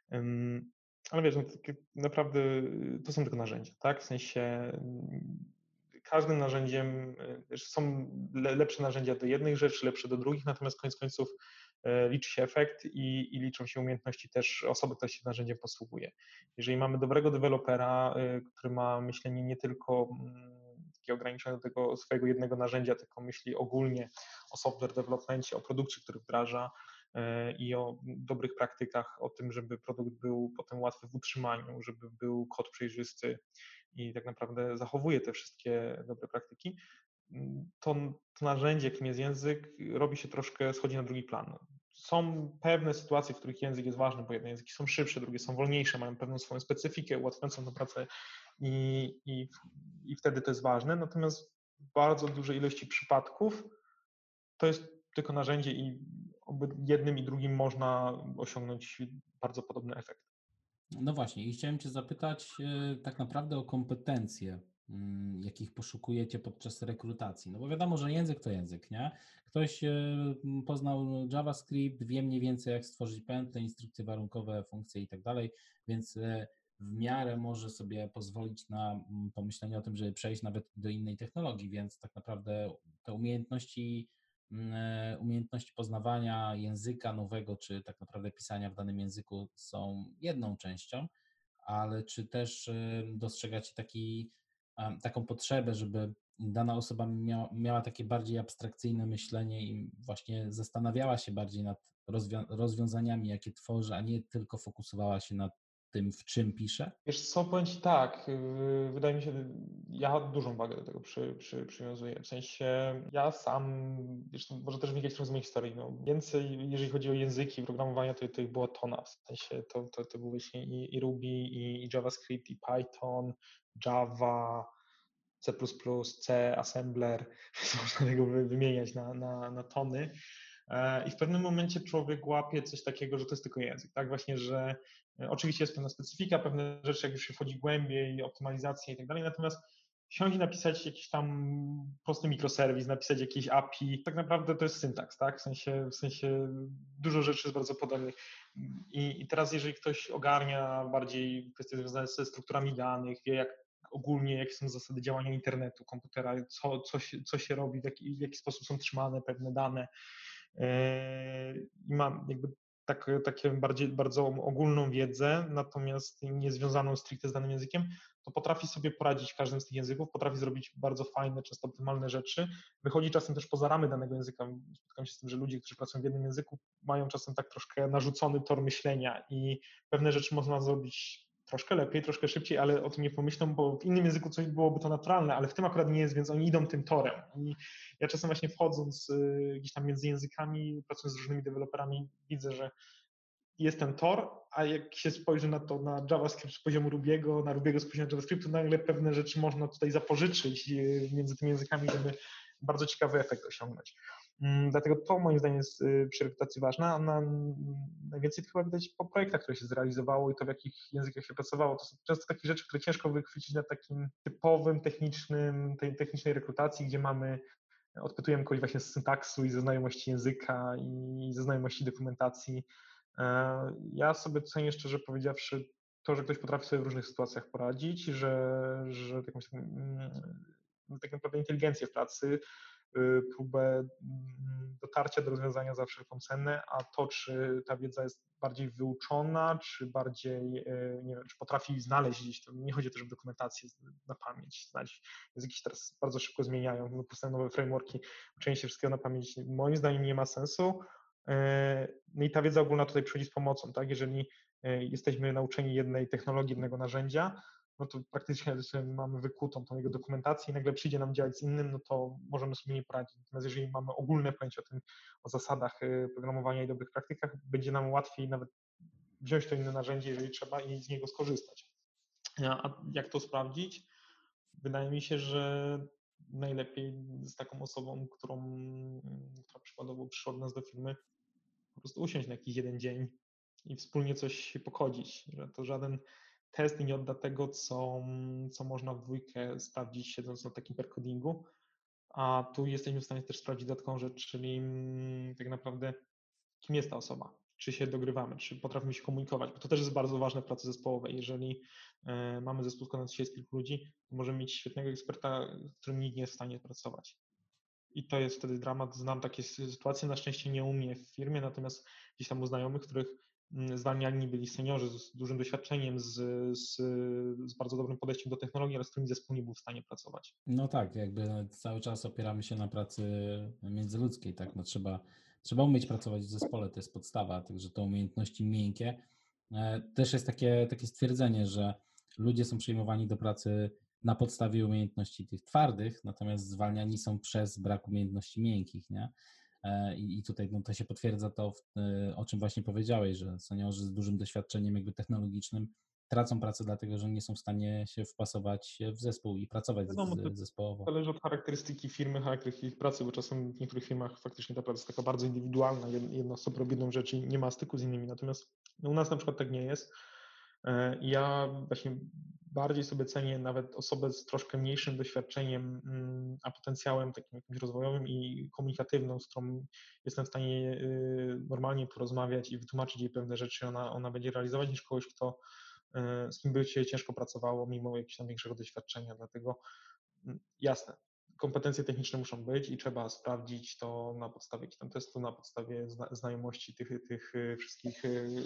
Ale wiesz, no, naprawdę to są tylko narzędzia, tak? W sensie każdym narzędziem, wiesz, są lepsze narzędzia do jednych rzeczy, lepsze do drugich, natomiast koniec końców liczy się efekt i liczą się umiejętności też osoby, która się tym narzędziem posługuje. Jeżeli mamy dobrego dewelopera, który ma myślenie nie tylko takie ograniczone do tego swojego jednego narzędzia, tylko myśli ogólnie o software developmencie, o produkcie, który wdraża, i o dobrych praktykach, o tym, żeby produkt był potem łatwy w utrzymaniu, żeby był kod przejrzysty i tak naprawdę zachowuje te wszystkie dobre praktyki, to narzędzie, jakim jest język, robi się troszkę, schodzi na drugi plan. Są pewne sytuacje, w których język jest ważny, bo jedne języki są szybsze, drugie są wolniejsze, mają pewną swoją specyfikę, ułatwiającą tę pracę i wtedy to jest ważne. Natomiast w bardzo dużej ilości przypadków to jest tylko narzędzie i jednym i drugim można osiągnąć bardzo podobny efekt. No właśnie, i chciałem Cię zapytać tak naprawdę o kompetencje, jakich poszukujecie podczas rekrutacji. No bo wiadomo, że język to język, nie? Ktoś poznał JavaScript, wie mniej więcej jak stworzyć pętle, instrukcje warunkowe, funkcje i tak dalej, więc w miarę może sobie pozwolić na pomyślenie o tym, żeby przejść nawet do innej technologii, więc tak naprawdę te umiejętności poznawania języka nowego, czy tak naprawdę pisania w danym języku są jedną częścią, ale czy też dostrzegacie taką potrzebę, żeby dana osoba miała takie bardziej abstrakcyjne myślenie i właśnie zastanawiała się bardziej nad rozwiązaniami, jakie tworzy, a nie tylko fokusowała się na tym, w czym pisze? Wiesz co, powiem Ci tak, wydaje mi się, ja dużą wagę do tego przywiązuję, w sensie ja sam, wiesz, no, może też wynikać trochę z mojej historii, no, więcej, jeżeli chodzi o języki programowania, to ich była tona, w sensie to był właśnie i Ruby, i JavaScript, i Python, Java, C++, C, Assembler, można tego wymieniać na tony. I w pewnym momencie człowiek łapie coś takiego, że to jest tylko język, tak? Właśnie, że oczywiście jest pewna specyfika, pewne rzeczy, jak już się wchodzi głębiej, optymalizacja i tak dalej, natomiast wsiąść i napisać jakiś tam prosty mikroserwis, napisać jakieś API, tak naprawdę to jest syntaks, tak? W sensie dużo rzeczy jest bardzo podobnych. I teraz jeżeli ktoś ogarnia bardziej kwestie związane ze strukturami danych, wie jak ogólnie jakie są zasady działania internetu, komputera, co się robi, w jaki sposób są trzymane pewne dane, i mam jakby takie bardzo ogólną wiedzę, natomiast nie związaną stricte z danym językiem, to potrafi sobie poradzić w każdym z tych języków, potrafi zrobić bardzo fajne, często optymalne rzeczy. Wychodzi czasem też poza ramy danego języka. Spotkam się z tym, że ludzie, którzy pracują w jednym języku, mają czasem tak troszkę narzucony tor myślenia i pewne rzeczy można zrobić troszkę lepiej, troszkę szybciej, ale o tym nie pomyślą, bo w innym języku coś byłoby to naturalne, ale w tym akurat nie jest, więc oni idą tym torem. Ja czasem właśnie wchodząc gdzieś tam między językami, pracując z różnymi deweloperami, widzę, że jest ten tor, a jak się spojrzy na to na JavaScript z poziomu Rubiego, na Rubiego z poziomu JavaScriptu, nagle pewne rzeczy można tutaj zapożyczyć między tymi językami, żeby bardzo ciekawy efekt osiągnąć. Dlatego to moim zdaniem jest przy rekrutacji ważne, a najwięcej to chyba widać po projektach, które się zrealizowało i to w jakich językach się pracowało. To są często takie rzeczy, które ciężko wychwycić na takim typowym tej technicznej rekrutacji, gdzie odpytujemy kogoś właśnie z syntaksu i ze znajomości języka i ze znajomości dokumentacji. Ja sobie cenię, szczerze powiedziawszy, to, że ktoś potrafi sobie w różnych sytuacjach poradzić, że tak naprawdę inteligencję w pracy, próbę dotarcia do rozwiązania za wszelką cenę, a to, czy ta wiedza jest bardziej wyuczona, czy bardziej, nie wiem, czy potrafi znaleźć gdzieś, to nie chodzi też o dokumentację na pamięć, znać. Języki się teraz bardzo szybko zmieniają, powstają nowe frameworki, uczenie się wszystkiego na pamięć moim zdaniem nie ma sensu. No i ta wiedza ogólna tutaj przychodzi z pomocą, tak? Jeżeli jesteśmy nauczeni jednej technologii, jednego narzędzia, no to praktycznie mamy wykutą tą jego dokumentację i nagle przyjdzie nam działać z innym, no to możemy sobie nie poradzić. Natomiast jeżeli mamy ogólne pojęcie o zasadach programowania i dobrych praktykach, będzie nam łatwiej nawet wziąć to inne narzędzie, jeżeli trzeba i z niego skorzystać. A jak to sprawdzić? Wydaje mi się, że najlepiej z taką osobą, która przykładowo przyszła do nas do firmy, po prostu usiąść na jakiś jeden dzień i wspólnie coś pochodzić, że to żaden test nie odda tego, co można w dwójkę sprawdzić siedząc na takim pair codingu, a tu jesteśmy w stanie też sprawdzić dodatkową rzecz, czyli tak naprawdę kim jest ta osoba, czy się dogrywamy, czy potrafimy się komunikować, bo to też jest bardzo ważne w pracy zespołowej. Jeżeli mamy zespół składający się z kilku ludzi, to możemy mieć świetnego eksperta, z którym nikt nie jest w stanie pracować. I to jest wtedy dramat. Znam takie sytuacje, na szczęście nie u mnie w firmie, natomiast gdzieś tam u znajomych, których zwalniani byli seniorzy z dużym doświadczeniem, z bardzo dobrym podejściem do technologii, ale z którymi zespół nie był w stanie pracować. No tak, jakby cały czas opieramy się na pracy międzyludzkiej, tak? No trzeba umieć pracować w zespole, to jest podstawa, także to umiejętności miękkie. Też jest takie stwierdzenie, że ludzie są przyjmowani do pracy na podstawie umiejętności tych twardych, natomiast zwalniani są przez brak umiejętności miękkich, nie? I tutaj no, to się potwierdza to, o czym właśnie powiedziałeś, że seniorzy z dużym doświadczeniem jakby technologicznym tracą pracę dlatego, że nie są w stanie się wpasować w zespół i pracować Wiadomo, to zespołowo. zależy od charakterystyki firmy, charakterystyki ich pracy, bo czasem w niektórych firmach faktycznie ta praca jest taka bardzo indywidualna, jedna osoba robi jedną rzecz i nie ma styku z innymi, natomiast no, u nas na przykład tak nie jest. Ja właśnie bardziej sobie cenię nawet osobę z troszkę mniejszym doświadczeniem, a potencjałem takim jakimś rozwojowym i komunikatywną, z którą jestem w stanie normalnie porozmawiać i wytłumaczyć jej pewne rzeczy, ona będzie realizować, niż kogoś, z kim by się ciężko pracowało mimo jakiegoś tam większego doświadczenia. Dlatego jasne, kompetencje techniczne muszą być i trzeba sprawdzić to na podstawie jakichś tam testu, na podstawie znajomości tych wszystkich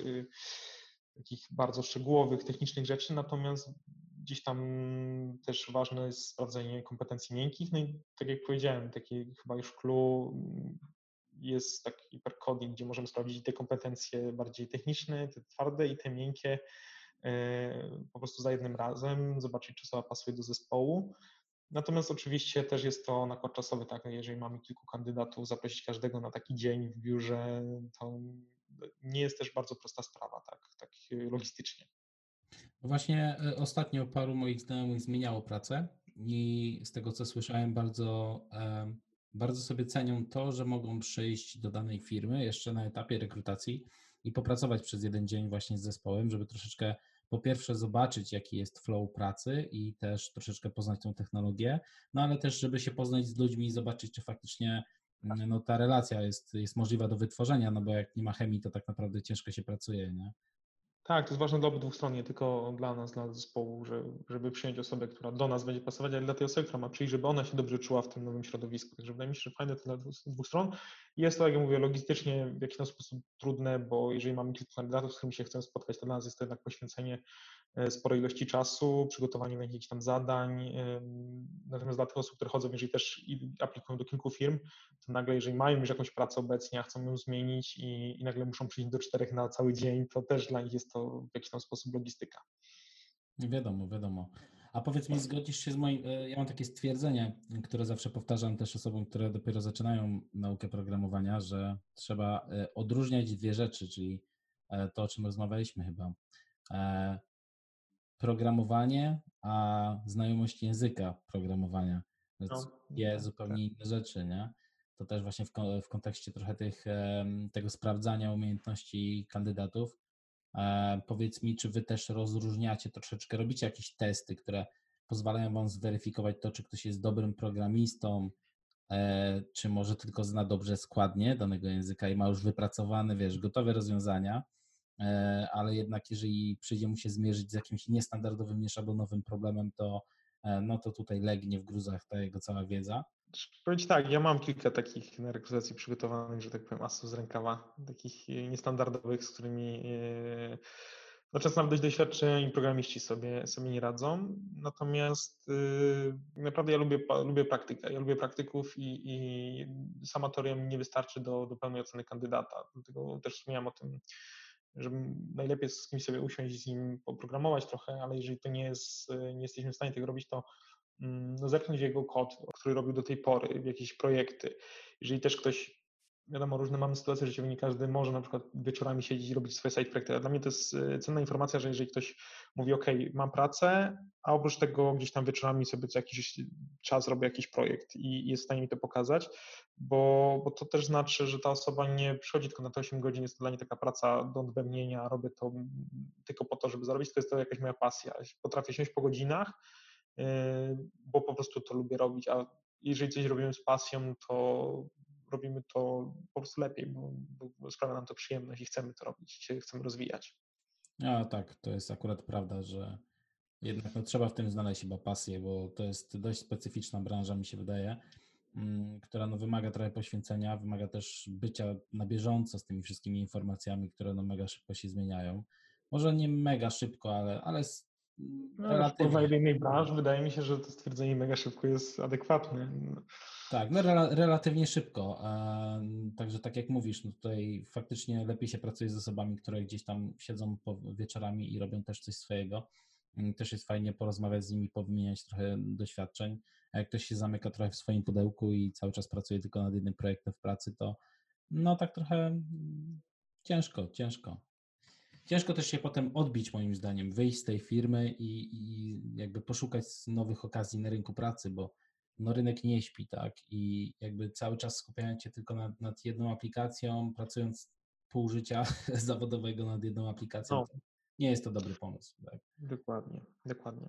takich bardzo szczegółowych, technicznych rzeczy, natomiast gdzieś tam też ważne jest sprawdzenie kompetencji miękkich. No i tak jak powiedziałem, taki chyba już clue jest taki pair coding, gdzie możemy sprawdzić te kompetencje bardziej techniczne, te twarde i te miękkie po prostu za jednym razem, zobaczyć, czy osoba pasuje do zespołu. Natomiast oczywiście też jest to nakład czasowy, tak? Jeżeli mamy kilku kandydatów, zaprosić każdego na taki dzień w biurze, to nie jest też bardzo prosta sprawa, tak logistycznie. Właśnie ostatnio paru moich znajomych zmieniało pracę i z tego co słyszałem, bardzo sobie cenią to, że mogą przyjść do danej firmy jeszcze na etapie rekrutacji i popracować przez jeden dzień właśnie z zespołem, żeby troszeczkę po pierwsze zobaczyć, jaki jest flow pracy i też troszeczkę poznać tą technologię, no ale też, żeby się poznać z ludźmi i zobaczyć, czy faktycznie no, ta relacja jest możliwa do wytworzenia, no bo jak nie ma chemii, to tak naprawdę ciężko się pracuje, nie? Tak, to jest ważne dla obydwu stron, nie tylko dla nas, dla zespołu, żeby przyjąć osobę, która do nas będzie pasować, ale dla tej osoby, która ma przyjść, żeby ona się dobrze czuła w tym nowym środowisku. Także wydaje mi się, że fajne to dla dwóch stron. Jest to, jak ja mówię, logistycznie w jakiś tam sposób trudne, bo jeżeli mamy kilku kandydatów, z którymi się chcemy spotkać, to dla nas jest to jednak poświęcenie sporej ilości czasu, przygotowanie jakichś tam zadań. Natomiast dla tych osób, które chodzą, jeżeli też aplikują do kilku firm, to nagle, jeżeli mają już jakąś pracę obecnie, a chcą ją zmienić i nagle muszą przyjść do 4 na cały dzień, to też dla nich jest to w jakiś tam sposób logistyka. Wiadomo, wiadomo. A powiedz mi, zgodzisz się z moim, ja mam takie stwierdzenie, które zawsze powtarzam też osobom, które dopiero zaczynają naukę programowania, że trzeba odróżniać dwie rzeczy, czyli to, o czym rozmawialiśmy chyba. E, Programowanie, a znajomość języka programowania. To są No, dwie tak, tak. zupełnie inne rzeczy, nie? To też właśnie w kontekście trochę tego sprawdzania umiejętności kandydatów. Powiedz mi, czy wy też rozróżniacie troszeczkę, robicie jakieś testy, które pozwalają wam zweryfikować to, czy ktoś jest dobrym programistą, czy może tylko zna dobrze składnie danego języka i ma już wypracowane, wiesz, gotowe rozwiązania, ale jednak jeżeli przyjdzie mu się zmierzyć z jakimś niestandardowym, nieszablonowym problemem, to no to tutaj legnie w gruzach ta jego cała wiedza. Powiem Ci tak, ja mam kilka takich na rekrutację przygotowanych, że tak powiem, asów z rękawa, takich niestandardowych, z którymi no często nawet dość doświadczeni programiści sobie nie radzą. Natomiast naprawdę ja lubię praktykę, ja lubię praktyków i sama teoria mi nie wystarczy do pełnej oceny kandydata. Dlatego też wspomniałem o tym, że najlepiej jest z kimś sobie usiąść, z nim poprogramować trochę, ale jeżeli to nie jesteśmy w stanie tego robić, to no zerknąć w jego kod, który robił do tej pory, w jakieś projekty. Jeżeli też ktoś, wiadomo, różne mamy sytuacje życiowe, nie każdy może na przykład wieczorami siedzieć i robić swoje side projekty, ale dla mnie to jest cenna informacja, że jeżeli ktoś mówi, OK, mam pracę, a oprócz tego gdzieś tam wieczorami sobie co jakiś czas robię jakiś projekt i jest w stanie mi to pokazać, bo to też znaczy, że ta osoba nie przychodzi tylko na te 8 godzin, jest to dla niej taka praca do odbębnienia, robię to tylko po to, żeby zarobić, to jest to jakaś moja pasja. Potrafię siąść po godzinach, bo po prostu to lubię robić, a jeżeli coś robimy z pasją, to robimy to po prostu lepiej, bo sprawia nam to przyjemność i chcemy to robić, się chcemy rozwijać. A tak, to jest akurat prawda, że jednak no, trzeba w tym znaleźć chyba pasję, bo to jest dość specyficzna branża, mi się wydaje, która no, wymaga trochę poświęcenia, wymaga też bycia na bieżąco z tymi wszystkimi informacjami, które no, mega szybko się zmieniają. Może nie mega szybko, No, w porównaniu relatywnie. do innych branż wydaje mi się, że to stwierdzenie mega szybko jest adekwatne. No, Tak, no relatywnie szybko. Także tak jak mówisz, no tutaj faktycznie lepiej się pracuje z osobami, które gdzieś tam siedzą wieczorami i robią też coś swojego. Też jest fajnie porozmawiać z nimi, powymieniać trochę doświadczeń. A jak ktoś się zamyka trochę w swoim pudełku i cały czas pracuje tylko nad jednym projektem w pracy, to no tak trochę ciężko, ciężko. Ciężko też się potem odbić, moim zdaniem, wyjść z tej firmy i jakby poszukać nowych okazji na rynku pracy, bo no rynek nie śpi, tak? I jakby cały czas skupiając się tylko nad jedną aplikacją, pracując pół życia zawodowego nad jedną aplikacją, no, to nie jest to dobry pomysł, tak? dokładnie, dokładnie.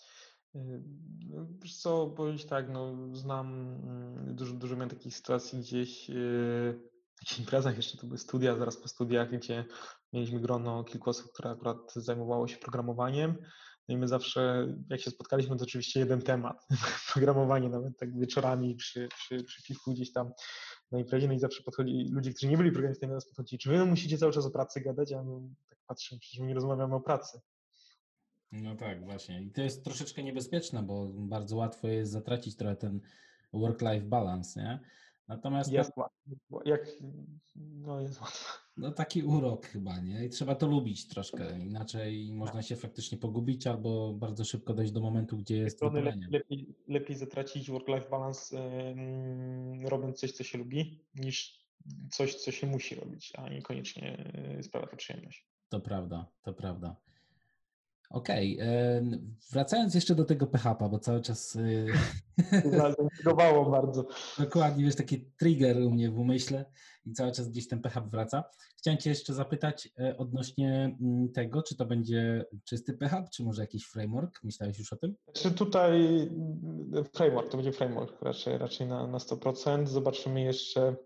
Wiesz co, powiem ci tak, no, znam, dużo miałem takich sytuacji gdzieś, w jakichś imprezach, jeszcze to były studia, zaraz po studiach, gdzie mieliśmy grono kilku osób, które akurat zajmowało się programowaniem. No i my zawsze, jak się spotkaliśmy, to oczywiście jeden temat, programowanie, nawet tak wieczorami przy piwku gdzieś tam na imprezie, no i zawsze podchodzi ludzie, którzy nie byli programistami, do nas podchodzi, czy wy musicie cały czas o pracy gadać? A my tak patrzymy, przecież my nie rozmawiamy o pracy. No tak, właśnie. I to jest troszeczkę niebezpieczne, bo bardzo łatwo jest zatracić trochę ten work-life balance, nie? Natomiast no, Jest łatwo, jak, no jest łatwo. no taki urok chyba, nie? I trzeba to lubić troszkę, inaczej można się faktycznie pogubić albo bardzo szybko dojść do momentu, gdzie Z tej jest strony wypalenie. lepiej zatracić work-life balance robiąc coś, co się lubi, niż coś, co się musi robić, a niekoniecznie sprawia to przyjemność. To prawda, to prawda. Okej, wracając jeszcze do tego PHP, bo cały czas Zaintrygowało bardzo. dokładnie, wiesz, taki trigger u mnie w umyśle i cały czas gdzieś ten PHP wraca. Chciałem Cię jeszcze zapytać odnośnie tego, czy to będzie czysty PHP, czy może jakiś framework? Myślałeś już o tym? Czy tutaj framework, to będzie framework raczej na 100%. Zobaczymy jeszcze,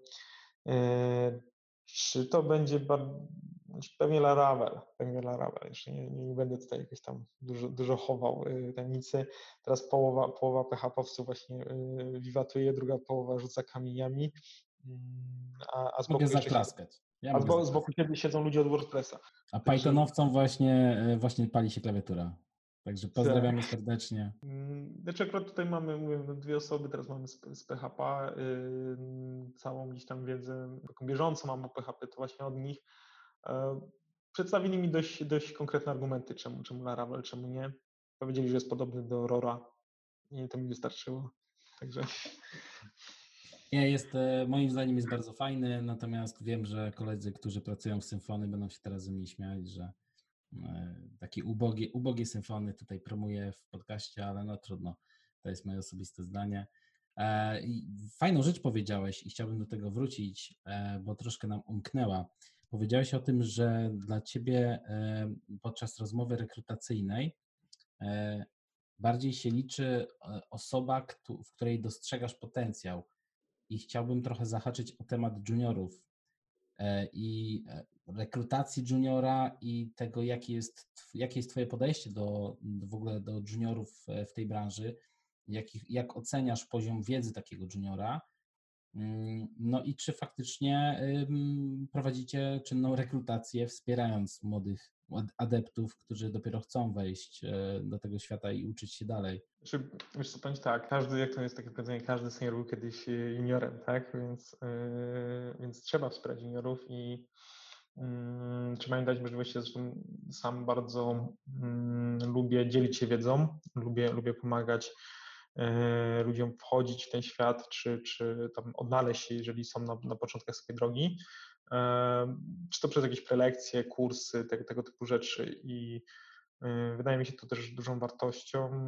e, czy to będzie pewnie Laravel, pewnie Laravel. Jeszcze nie będę tutaj jakoś tam dużo chował tajemnicy. Teraz połowa PHP-owców właśnie wiwatuje, druga połowa rzuca kamieniami, a z Mogę boku jeszcze zaklaskać. Ja a mogę z boku zaklaskać. siedzą ludzie od WordPressa. A Także Pythonowcom właśnie pali się klawiatura. Także pozdrawiamy serdecznie. Znaczy akurat tutaj mamy, mówię, no, dwie osoby, teraz mamy z PHP, całą gdzieś tam wiedzę taką bieżącą mam o PHP, to właśnie od nich. Przedstawili mi dość konkretne argumenty, czemu Laravel, czemu nie. powiedzieli, że jest podobny do Rora i to mi wystarczyło. Także Nie, moim zdaniem jest bardzo fajny, natomiast wiem, że koledzy, którzy pracują w Symfony, będą się teraz ze mnie śmiać, że takie ubogie symfony tutaj promuję w podcaście, ale no trudno, to jest moje osobiste zdanie. I fajną rzecz powiedziałeś i chciałbym do tego wrócić, bo troszkę nam umknęła. Powiedziałeś o tym, że dla ciebie podczas rozmowy rekrutacyjnej bardziej się liczy osoba, w której dostrzegasz potencjał. I chciałbym trochę zahaczyć o temat juniorów i rekrutacji juniora i tego, jakie jest Twoje podejście w ogóle do juniorów w tej branży, jak oceniasz poziom wiedzy takiego juniora, no i czy faktycznie prowadzicie czynną rekrutację, wspierając młodych adeptów, którzy dopiero chcą wejść do tego świata i uczyć się dalej. Wiesz co, powiem ci tak, każdy, jak to jest takie powiedzenie, każdy senior był kiedyś juniorem, tak? Więc trzeba wspierać juniorów i trzeba im dać możliwość. Zresztą sam bardzo lubię dzielić się wiedzą, lubię pomagać ludziom wchodzić w ten świat, czy tam odnaleźć się, jeżeli są na początkach swojej drogi, czy to przez jakieś prelekcje, kursy, tego typu rzeczy i wydaje mi się to też dużą wartością,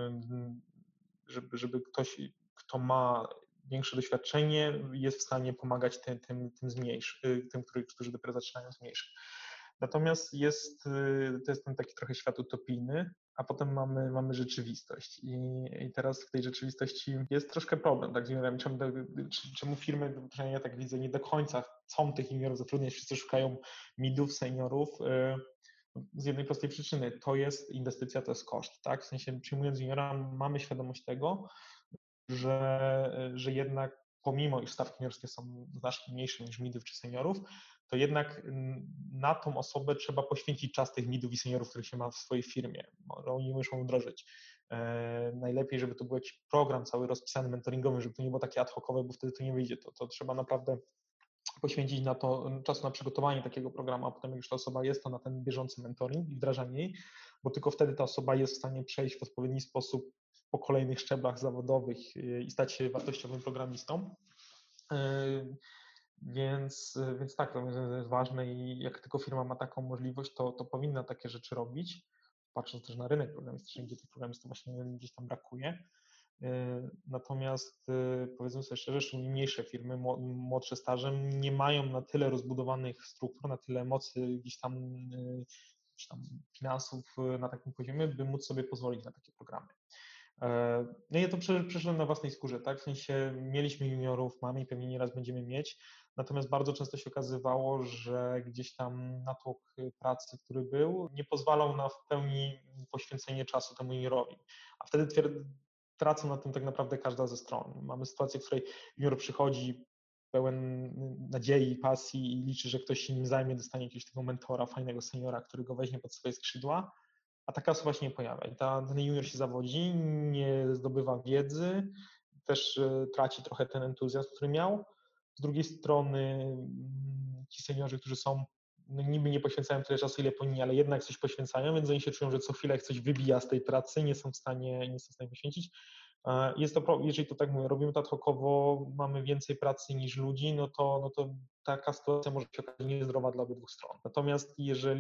żeby ktoś, kto ma większe doświadczenie, jest w stanie pomagać tym, którzy dopiero zaczynają zmniejszyć. Natomiast to jest ten taki trochę świat utopijny, a potem mamy rzeczywistość. I teraz w tej rzeczywistości jest troszkę problem, tak? Czemu firmy, przynajmniej ja tak widzę, nie do końca chcą tych juniorów zatrudniać, wszyscy szukają midów, seniorów, z jednej prostej przyczyny, to jest inwestycja, to jest koszt, tak? W sensie przyjmując juniora mamy świadomość tego, że jednak pomimo, iż stawki juniorskie są znacznie mniejsze niż midów czy seniorów, to jednak na tą osobę trzeba poświęcić czas tych midów i seniorów, których się ma w swojej firmie. Oni muszą wdrożyć. Najlepiej, żeby to był jakiś program cały rozpisany mentoringowy, żeby to nie było takie ad hocowe, bo wtedy to nie wyjdzie. To trzeba naprawdę poświęcić na to czasu na przygotowanie takiego programu, a potem jak już ta osoba jest, to na ten bieżący mentoring i wdrażanie jej, bo tylko wtedy ta osoba jest w stanie przejść w odpowiedni sposób po kolejnych szczeblach zawodowych i stać się wartościowym programistą. Więc tak, to jest ważne i jak tylko firma ma taką możliwość, to powinna takie rzeczy robić, patrząc też na rynek programistyczny, gdzie tych programistów właśnie gdzieś tam brakuje. Natomiast powiedzmy sobie szczerze, że mniejsze firmy, młodsze stażem, nie mają na tyle rozbudowanych struktur, na tyle mocy gdzieś tam finansów na takim poziomie, by móc sobie pozwolić na takie programy. No i ja to przeszedłem na własnej skórze, tak? W sensie mieliśmy juniorów, mamy i pewnie nieraz będziemy mieć, natomiast bardzo często się okazywało, że gdzieś tam natłok pracy, który był, nie pozwalał na w pełni poświęcenie czasu temu juniorowi. A wtedy tracą na tym tak naprawdę każda ze stron. Mamy sytuację, w której junior przychodzi pełen nadziei, pasji i liczy, że ktoś się nim zajmie, dostanie jakiegoś tego mentora, fajnego seniora, który go weźmie pod swoje skrzydła, a taka osoba się nie pojawia. I ten junior się zawodzi, nie zdobywa wiedzy, też traci trochę ten entuzjazm, który miał. Z drugiej strony ci seniorzy, którzy są, no niby nie poświęcają tyle czasu, ile powinni, ale jednak coś poświęcają, więc oni się czują, że co chwilę ich coś wybija z tej pracy, nie są w stanie poświęcić. Jeżeli to tak mówię, robimy to ad hocowo, mamy więcej pracy niż ludzi, no to taka sytuacja może się okazać niezdrowa dla obydwu stron. Natomiast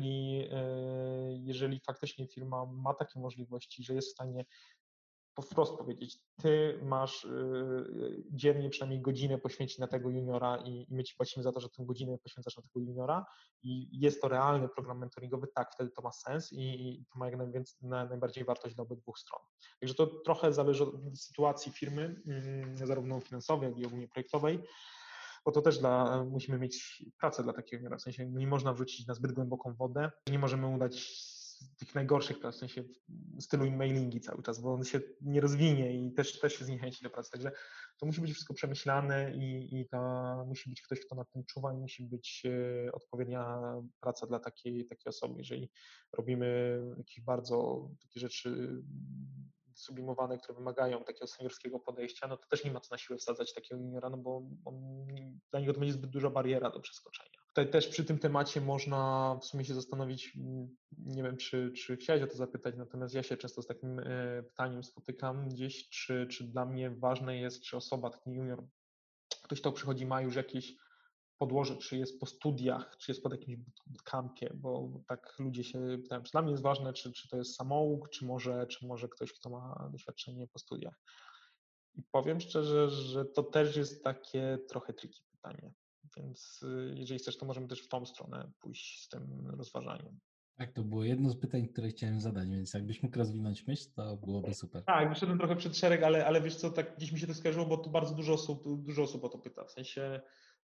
jeżeli faktycznie firma ma takie możliwości, że jest w stanie wprost powiedzieć, ty masz dziennie przynajmniej godzinę poświęcić na tego juniora i my ci płacimy za to, że tę godzinę poświęcasz na tego juniora i jest to realny program mentoringowy, tak, wtedy to ma sens i to ma jak najbardziej wartość dla obydwu stron. Także to trochę zależy od sytuacji firmy, zarówno finansowej, jak i ogólnie projektowej, bo to też musimy mieć pracę dla takiego juniora, w sensie nie można wrzucić na zbyt głęboką wodę, nie możemy udać tych najgorszych prac, w sensie w stylu e-mailingi cały czas, bo on się nie rozwinie i też się zniechęci do pracy. Także to musi być wszystko przemyślane i to musi być ktoś, kto nad tym czuwa i musi być odpowiednia praca dla takiej osoby. Jeżeli robimy jakieś bardzo takie rzeczy sublimowane, które wymagają takiego seniorskiego podejścia, no to też nie ma co na siłę wsadzać takiego juniora, no bo dla niego to będzie zbyt duża bariera do przeskoczenia. Tutaj też przy tym temacie można w sumie się zastanowić, nie wiem, czy chciałeś o to zapytać, natomiast ja się często z takim pytaniem spotykam gdzieś, czy dla mnie ważne jest, czy osoba, taki junior, ktoś, kto przychodzi, ma już jakieś podłoże, czy jest po studiach, czy jest po jakimś bootcampie, bo tak ludzie się pytają, czy dla mnie jest ważne, czy to jest samouk, czy może ktoś, kto ma doświadczenie po studiach. I powiem szczerze, że to też jest takie trochę tricky pytanie. Więc jeżeli chcesz, to możemy też w tą stronę pójść z tym rozważaniem. Tak, to było jedno z pytań, które chciałem zadać, więc jakbyś mógł rozwinąć myśl, to byłoby super. Tak, wyszedłem trochę przed szereg, ale wiesz co, tak gdzieś mi się to skojarzyło, bo tu bardzo dużo osób o to pyta. W sensie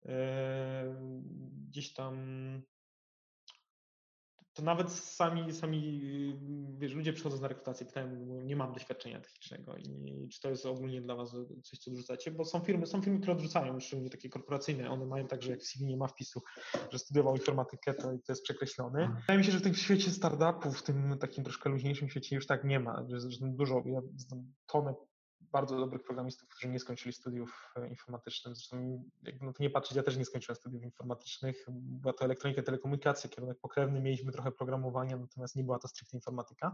gdzieś tam to nawet sami wiesz, ludzie przychodzą na rekrutację, pytają, bo nie mam doświadczenia technicznego i czy to jest ogólnie dla was coś, co odrzucacie, bo są firmy, które odrzucają, szczególnie takie korporacyjne, one mają tak, że jak w CV nie ma wpisu, że studiował informatykę, to jest przekreślony. Wydaje mi się, że w tym świecie startupów, w tym takim troszkę luźniejszym świecie już tak nie ma, że dużo, ja znam tonę bardzo dobrych programistów, którzy nie skończyli studiów informatycznych. Zresztą, jakby no to nie patrzeć, ja też nie skończyłem studiów informatycznych. Była to elektronika, telekomunikacja, kierunek pokrewny, mieliśmy trochę programowania, natomiast nie była to stricte informatyka.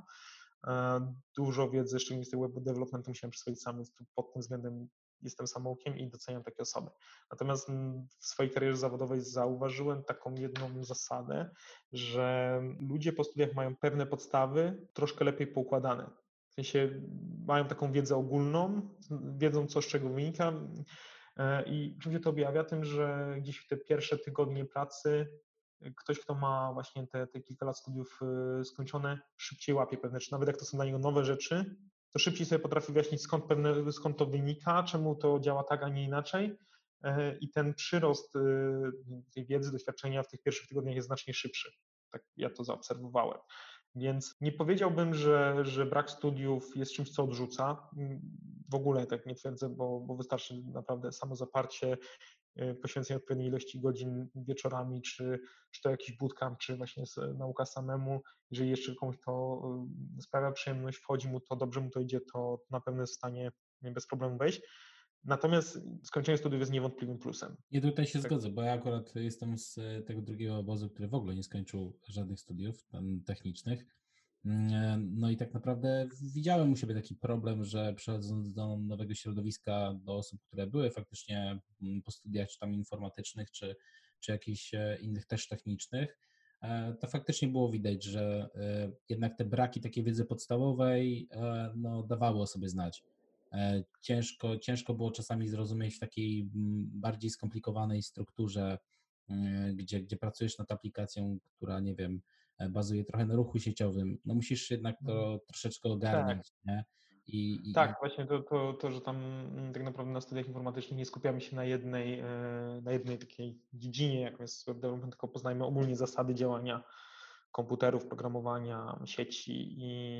Dużo wiedzy, szczególnie z tego web developmentu musiałem przyswoić sam, więc pod tym względem jestem samoukiem i doceniam takie osoby. Natomiast w swojej karierze zawodowej zauważyłem taką jedną zasadę, że ludzie po studiach mają pewne podstawy troszkę lepiej poukładane. W sensie mają taką wiedzę ogólną, wiedzą co z czego wynika i czym się to objawia? Tym, że gdzieś w te pierwsze tygodnie pracy ktoś, kto ma właśnie te kilka lat studiów skończone, szybciej łapie pewne rzeczy. Nawet jak to są dla niego nowe rzeczy, to szybciej sobie potrafi wyjaśnić, skąd to wynika, czemu to działa tak, a nie inaczej. I ten przyrost tej wiedzy, doświadczenia w tych pierwszych tygodniach jest znacznie szybszy. Tak ja to zaobserwowałem. Więc nie powiedziałbym, że brak studiów jest czymś, co odrzuca. W ogóle tak nie twierdzę, bo wystarczy naprawdę samo zaparcie, poświęcenie odpowiedniej ilości godzin wieczorami, czy to jakiś bootcamp, czy właśnie nauka samemu. Jeżeli jeszcze komuś to sprawia przyjemność, wchodzi mu to, dobrze mu to idzie, to na pewno jest w stanie bez problemu wejść. Natomiast skończenie studiów jest niewątpliwym plusem. I tutaj się Tak. zgodzę, bo ja akurat jestem z tego drugiego obozu, który w ogóle nie skończył żadnych studiów technicznych. No i tak naprawdę widziałem u siebie taki problem, że przechodząc do nowego środowiska, do osób, które były faktycznie po studiach, czy tam informatycznych, czy jakichś innych też technicznych, to faktycznie było widać, że jednak te braki takiej wiedzy podstawowej no, dawały o sobie znać. Ciężko było czasami zrozumieć w takiej bardziej skomplikowanej strukturze, gdzie pracujesz nad aplikacją, która, nie wiem, bazuje trochę na ruchu sieciowym. No musisz jednak to troszeczkę Tak. ogarniać, nie? I Tak, właśnie to, że tam tak naprawdę na studiach informatycznych nie skupiamy się na jednej takiej dziedzinie, jaką jest web development, tylko poznajmy ogólnie zasady działania komputerów, programowania, sieci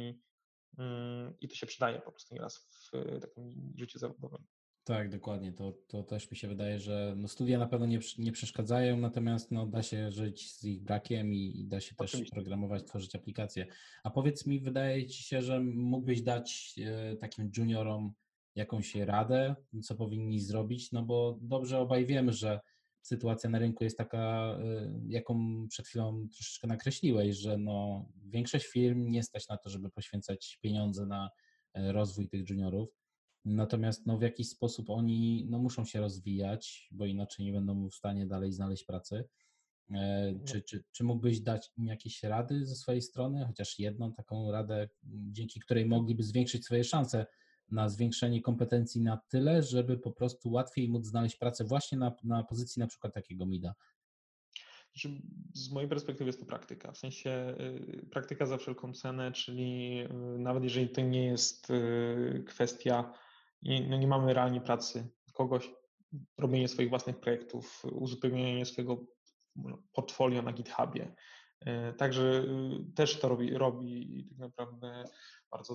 i to się przydaje po prostu nieraz w takim życiu zawodowym. tak, dokładnie. To też mi się wydaje, że no studia na pewno nie przeszkadzają, natomiast no da się żyć z ich brakiem i da się też Oczywiście. programować, tworzyć aplikacje. A powiedz mi, wydaje ci się, że mógłbyś dać takim juniorom jakąś radę, co powinni zrobić? No bo dobrze obaj wiemy, że sytuacja na rynku jest taka, jaką przed chwilą troszeczkę nakreśliłeś, że no większość firm nie stać na to, żeby poświęcać pieniądze na rozwój tych juniorów. Natomiast no, w jakiś sposób oni no, muszą się rozwijać, bo inaczej nie będą w stanie dalej znaleźć pracy. Czy mógłbyś dać im jakieś rady ze swojej strony, chociaż jedną taką radę, dzięki której mogliby zwiększyć swoje szanse na zwiększenie kompetencji na tyle, żeby po prostu łatwiej móc znaleźć pracę właśnie na pozycji na przykład takiego mida? Znaczy, z mojej perspektywy jest to praktyka. W sensie praktyka za wszelką cenę, czyli nawet jeżeli to nie jest kwestia, no nie mamy realnie pracy kogoś, robienie swoich własnych projektów, uzupełnienie swojego portfolio na GitHubie. Także też to robi tak naprawdę bardzo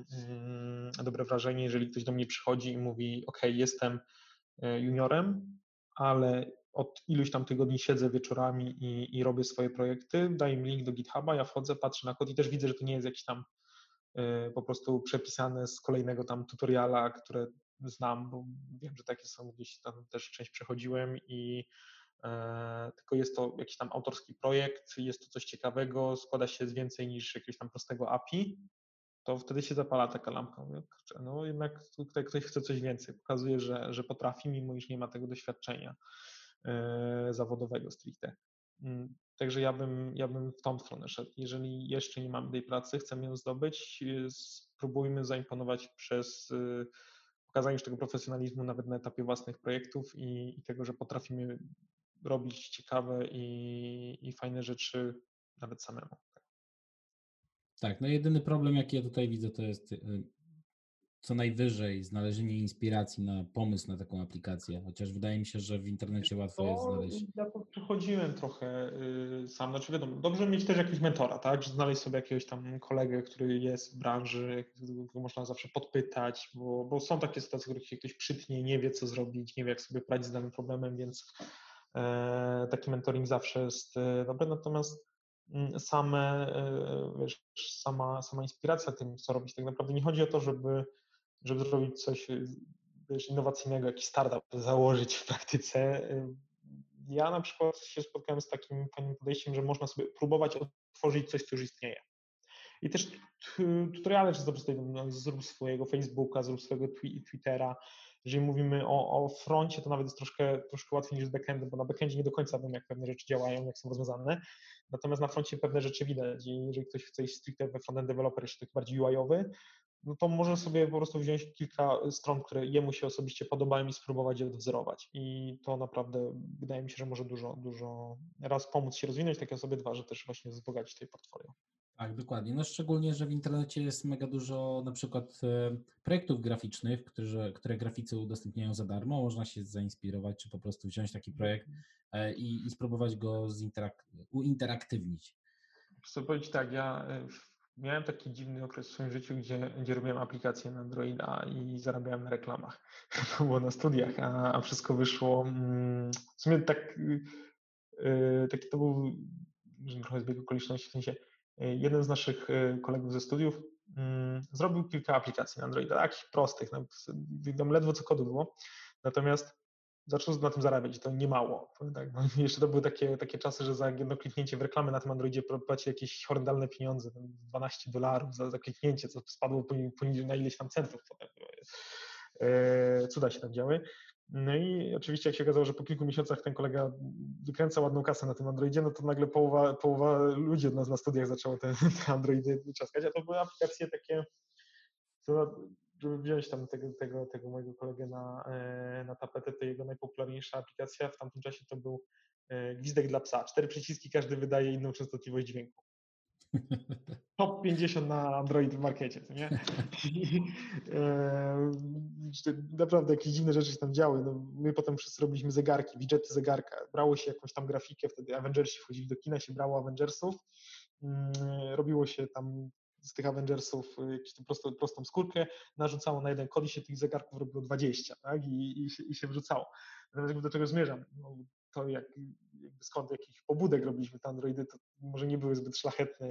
dobre wrażenie, jeżeli ktoś do mnie przychodzi i mówi: OK, jestem juniorem, ale od iluś tam tygodni siedzę wieczorami i robię swoje projekty, daję mi link do GitHuba, ja wchodzę, patrzę na kod i też widzę, że to nie jest jakiś tam po prostu przepisane z kolejnego tam tutoriala, które znam, bo wiem, że takie są gdzieś tam też część przechodziłem tylko jest to jakiś tam autorski projekt, jest to coś ciekawego, składa się z więcej niż jakiegoś tam prostego API, to wtedy się zapala taka lampka. Mówię, kurczę, no jednak tutaj ktoś chce coś więcej. Pokazuje, że potrafi, mimo iż nie ma tego doświadczenia zawodowego stricte. Także ja bym w tą stronę szedł. Jeżeli jeszcze nie mamy tej pracy, chcemy ją zdobyć, spróbujmy zaimponować przez pokazanie już tego profesjonalizmu nawet na etapie własnych projektów i tego, że potrafimy robić ciekawe i fajne rzeczy nawet samemu. Tak, no jedyny problem, jaki ja tutaj widzę, to jest co najwyżej znalezienie inspiracji na pomysł na taką aplikację, chociaż wydaje mi się, że w internecie łatwo jest To znaleźć. ja to przechodziłem trochę sam, znaczy wiadomo, dobrze mieć też jakiś mentora, tak, że znaleźć sobie jakiegoś tam kolegę, który jest w branży, którego można zawsze podpytać, bo są takie sytuacje, w których się ktoś przytnie, nie wie co zrobić, nie wie jak sobie poradzić z danym problemem, więc taki mentoring zawsze jest dobry, natomiast wiesz, sama inspiracja tym, co robić, tak naprawdę nie chodzi o to, żeby zrobić coś wiesz, innowacyjnego, jakiś startup założyć w praktyce. Ja na przykład się spotkałem z takim fajnym podejściem, że można sobie próbować otworzyć coś, co już istnieje. I też tutoriale często przedstawiam, no, zrób swojego Facebooka, zrób swojego Twittera. Jeżeli mówimy o froncie, to nawet jest troszkę łatwiej niż z backendem, bo na backendzie nie do końca wiem, jak pewne rzeczy działają, jak są rozwiązane. Natomiast na froncie pewne rzeczy widać i jeżeli ktoś chce iść stricte we frontend developer, jeszcze taki bardziej UI-owy, no to może sobie po prostu wziąć kilka stron, które jemu się osobiście podobają i spróbować je odwzorować. I to naprawdę wydaje mi się, że może dużo raz pomóc się rozwinąć takiej osobie, dwa, że też właśnie wzbogacić tej portfolio. Tak, dokładnie. No szczególnie, że w internecie jest mega dużo na przykład projektów graficznych, które graficy udostępniają za darmo. Można się zainspirować, czy po prostu wziąć taki projekt i spróbować go uinteraktywnić. Chcę powiedzieć tak, ja miałem taki dziwny okres w swoim życiu, gdzie robiłem aplikacje na Androida i zarabiałem na reklamach. To było na studiach, a wszystko wyszło. W sumie taki to był trochę zbieg okoliczności, w sensie jeden z naszych kolegów ze studiów zrobił kilka aplikacji na Androida, takich prostych, nawet tam ledwo co kodu było, natomiast zaczął na tym zarabiać, to nie mało. Powiem tak, no, jeszcze to były takie czasy, że za jedno kliknięcie w reklamę na tym Androidzie płaci jakieś horrendalne pieniądze, tam $12 za kliknięcie, co spadło poniżej na ileś tam centów potem. Cuda się tam działy. No i oczywiście jak się okazało, że po kilku miesiącach ten kolega wykręca ładną kasę na tym Androidzie, no to nagle połowa ludzi od nas na studiach zaczęło te Androidy czaskać, a to były aplikacje takie, żeby wziąć tam tego mojego kolegę na tapetę, to jego najpopularniejsza aplikacja w tamtym czasie to był gwizdek dla psa. 4 przyciski, każdy wydaje inną częstotliwość dźwięku. Top 50 na Android w markecie, co nie? Naprawdę jakieś dziwne rzeczy się tam działy. No, my potem wszyscy robiliśmy zegarki, widgety zegarka. Brało się jakąś tam grafikę, wtedy Avengersi wchodzili do kina, się brało Avengersów. Robiło się tam z tych Avengersów jakąś prostą skórkę, narzucało na jeden kod i się tych zegarków robiło 20, tak? I się wrzucało. Natomiast do czego zmierzam? No, to jakby skąd jakichś pobudek robiliśmy te Androidy, to może nie były zbyt szlachetne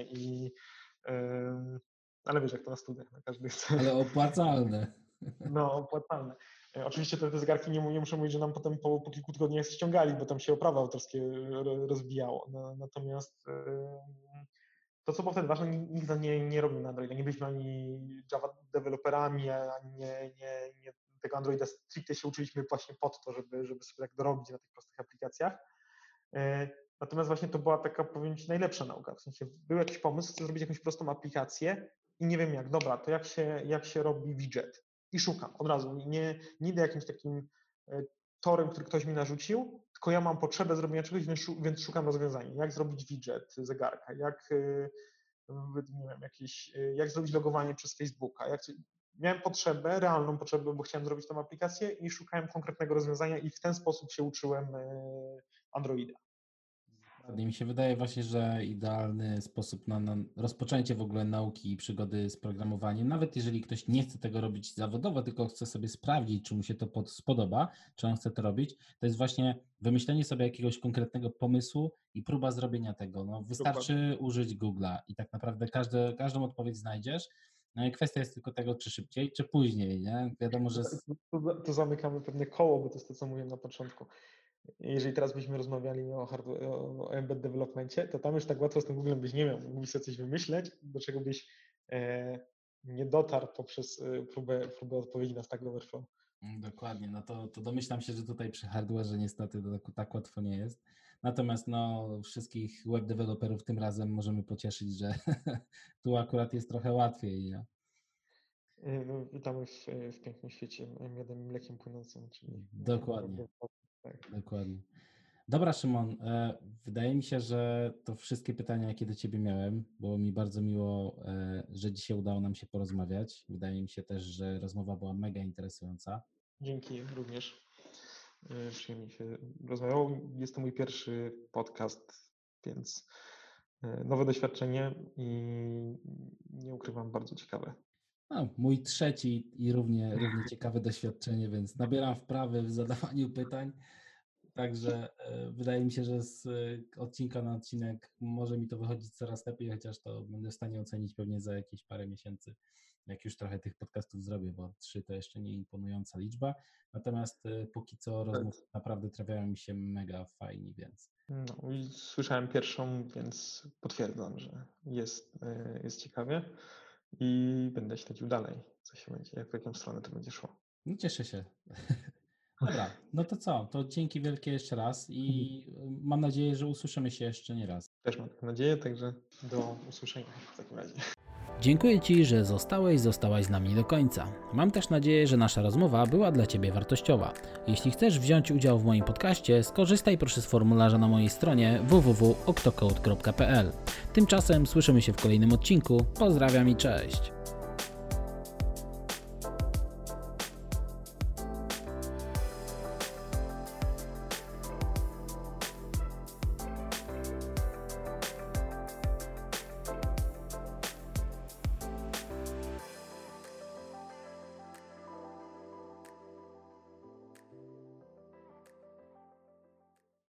ale wiesz, jak to na studiach, no każdy chce. Ale opłacalne. No, opłacalne. Oczywiście te zegarki nie muszę mówić, że nam potem po kilku tygodniach ściągali, bo tam się prawa autorskie rozbijało. No, natomiast to, co było wtedy ważne, nikt nie robił na Androida. Nie byliśmy ani Java deweloperami, ani nie tego Androida stricte się uczyliśmy właśnie pod to, żeby sobie tak dorobić na tych prostych aplikacjach. Natomiast właśnie to była taka, powiem Ci, najlepsza nauka. W sensie był jakiś pomysł, chcę zrobić jakąś prostą aplikację i nie wiem jak. Dobra, to jak się robi widget? I szukam od razu. Nie idę jakimś takim torem, który ktoś mi narzucił, tylko ja mam potrzebę zrobienia czegoś, więc szukam rozwiązania. Jak zrobić widget zegarka, nie wiem, jak zrobić logowanie przez Facebooka. Miałem potrzebę, realną potrzebę, bo chciałem zrobić tą aplikację i szukałem konkretnego rozwiązania i w ten sposób się uczyłem Androida. Dokładnie. Mi się wydaje właśnie, że idealny sposób na rozpoczęcie w ogóle nauki i przygody z programowaniem, nawet jeżeli ktoś nie chce tego robić zawodowo, tylko chce sobie sprawdzić, czy mu się to spodoba, czy on chce to robić, to jest właśnie wymyślenie sobie jakiegoś konkretnego pomysłu i próba zrobienia tego. No, Dokładnie. wystarczy użyć Google'a i tak naprawdę każdą odpowiedź znajdziesz. No i kwestia jest tylko tego, czy szybciej, czy później, nie? Wiadomo, że To zamykamy pewne koło, bo to jest to, co mówiłem na początku. jeżeli teraz byśmy rozmawiali o embed developmencie, to tam już tak łatwo z tym Googlem byś nie miał. Mógłbyś sobie coś wymyśleć, do czego byś nie dotarł poprzez próbę odpowiedzi na Stack Overflow. Dokładnie, no to domyślam się, że tutaj przy hardware'ze niestety to tak łatwo nie jest. Natomiast wszystkich web deweloperów tym razem możemy pocieszyć, że tu akurat jest trochę łatwiej. Nie? Witamy w pięknym świecie miodem i mlekiem płynącym, czyli Dokładnie. Tak. Dokładnie. Dobra, Szymon, wydaje mi się, że to wszystkie pytania, jakie do Ciebie miałem. Było mi bardzo miło, że dzisiaj udało nam się porozmawiać. Wydaje mi się też, że rozmowa była mega interesująca. Dzięki również. Przyjemnie się rozmawiało. Jest to mój pierwszy podcast, więc nowe doświadczenie i nie ukrywam, bardzo ciekawe. Mój trzeci i równie ciekawe doświadczenie, więc nabieram wprawy w zadawaniu pytań. Także wydaje mi się, że z odcinka na odcinek może mi to wychodzić coraz lepiej, chociaż to będę w stanie ocenić pewnie za jakieś parę miesięcy, jak już trochę tych podcastów zrobię, bo 3 to jeszcze nie imponująca liczba. Natomiast póki co rozmowy naprawdę trafiają mi się mega fajnie, więc. No i słyszałem pierwszą, więc potwierdzam, że jest ciekawie i będę śledził dalej, co się będzie, w jaką stronę to będzie szło. No cieszę się. Dobra, no to co? To dzięki wielkie jeszcze raz i mam nadzieję, że usłyszymy się jeszcze nie raz. Też mam taką nadzieję, także do usłyszenia w takim razie. Dziękuję Ci, że zostałaś z nami do końca. Mam też nadzieję, że nasza rozmowa była dla Ciebie wartościowa. Jeśli chcesz wziąć udział w moim podcaście, skorzystaj proszę z formularza na mojej stronie www.octocode.pl. Tymczasem słyszymy się w kolejnym odcinku. Pozdrawiam i cześć!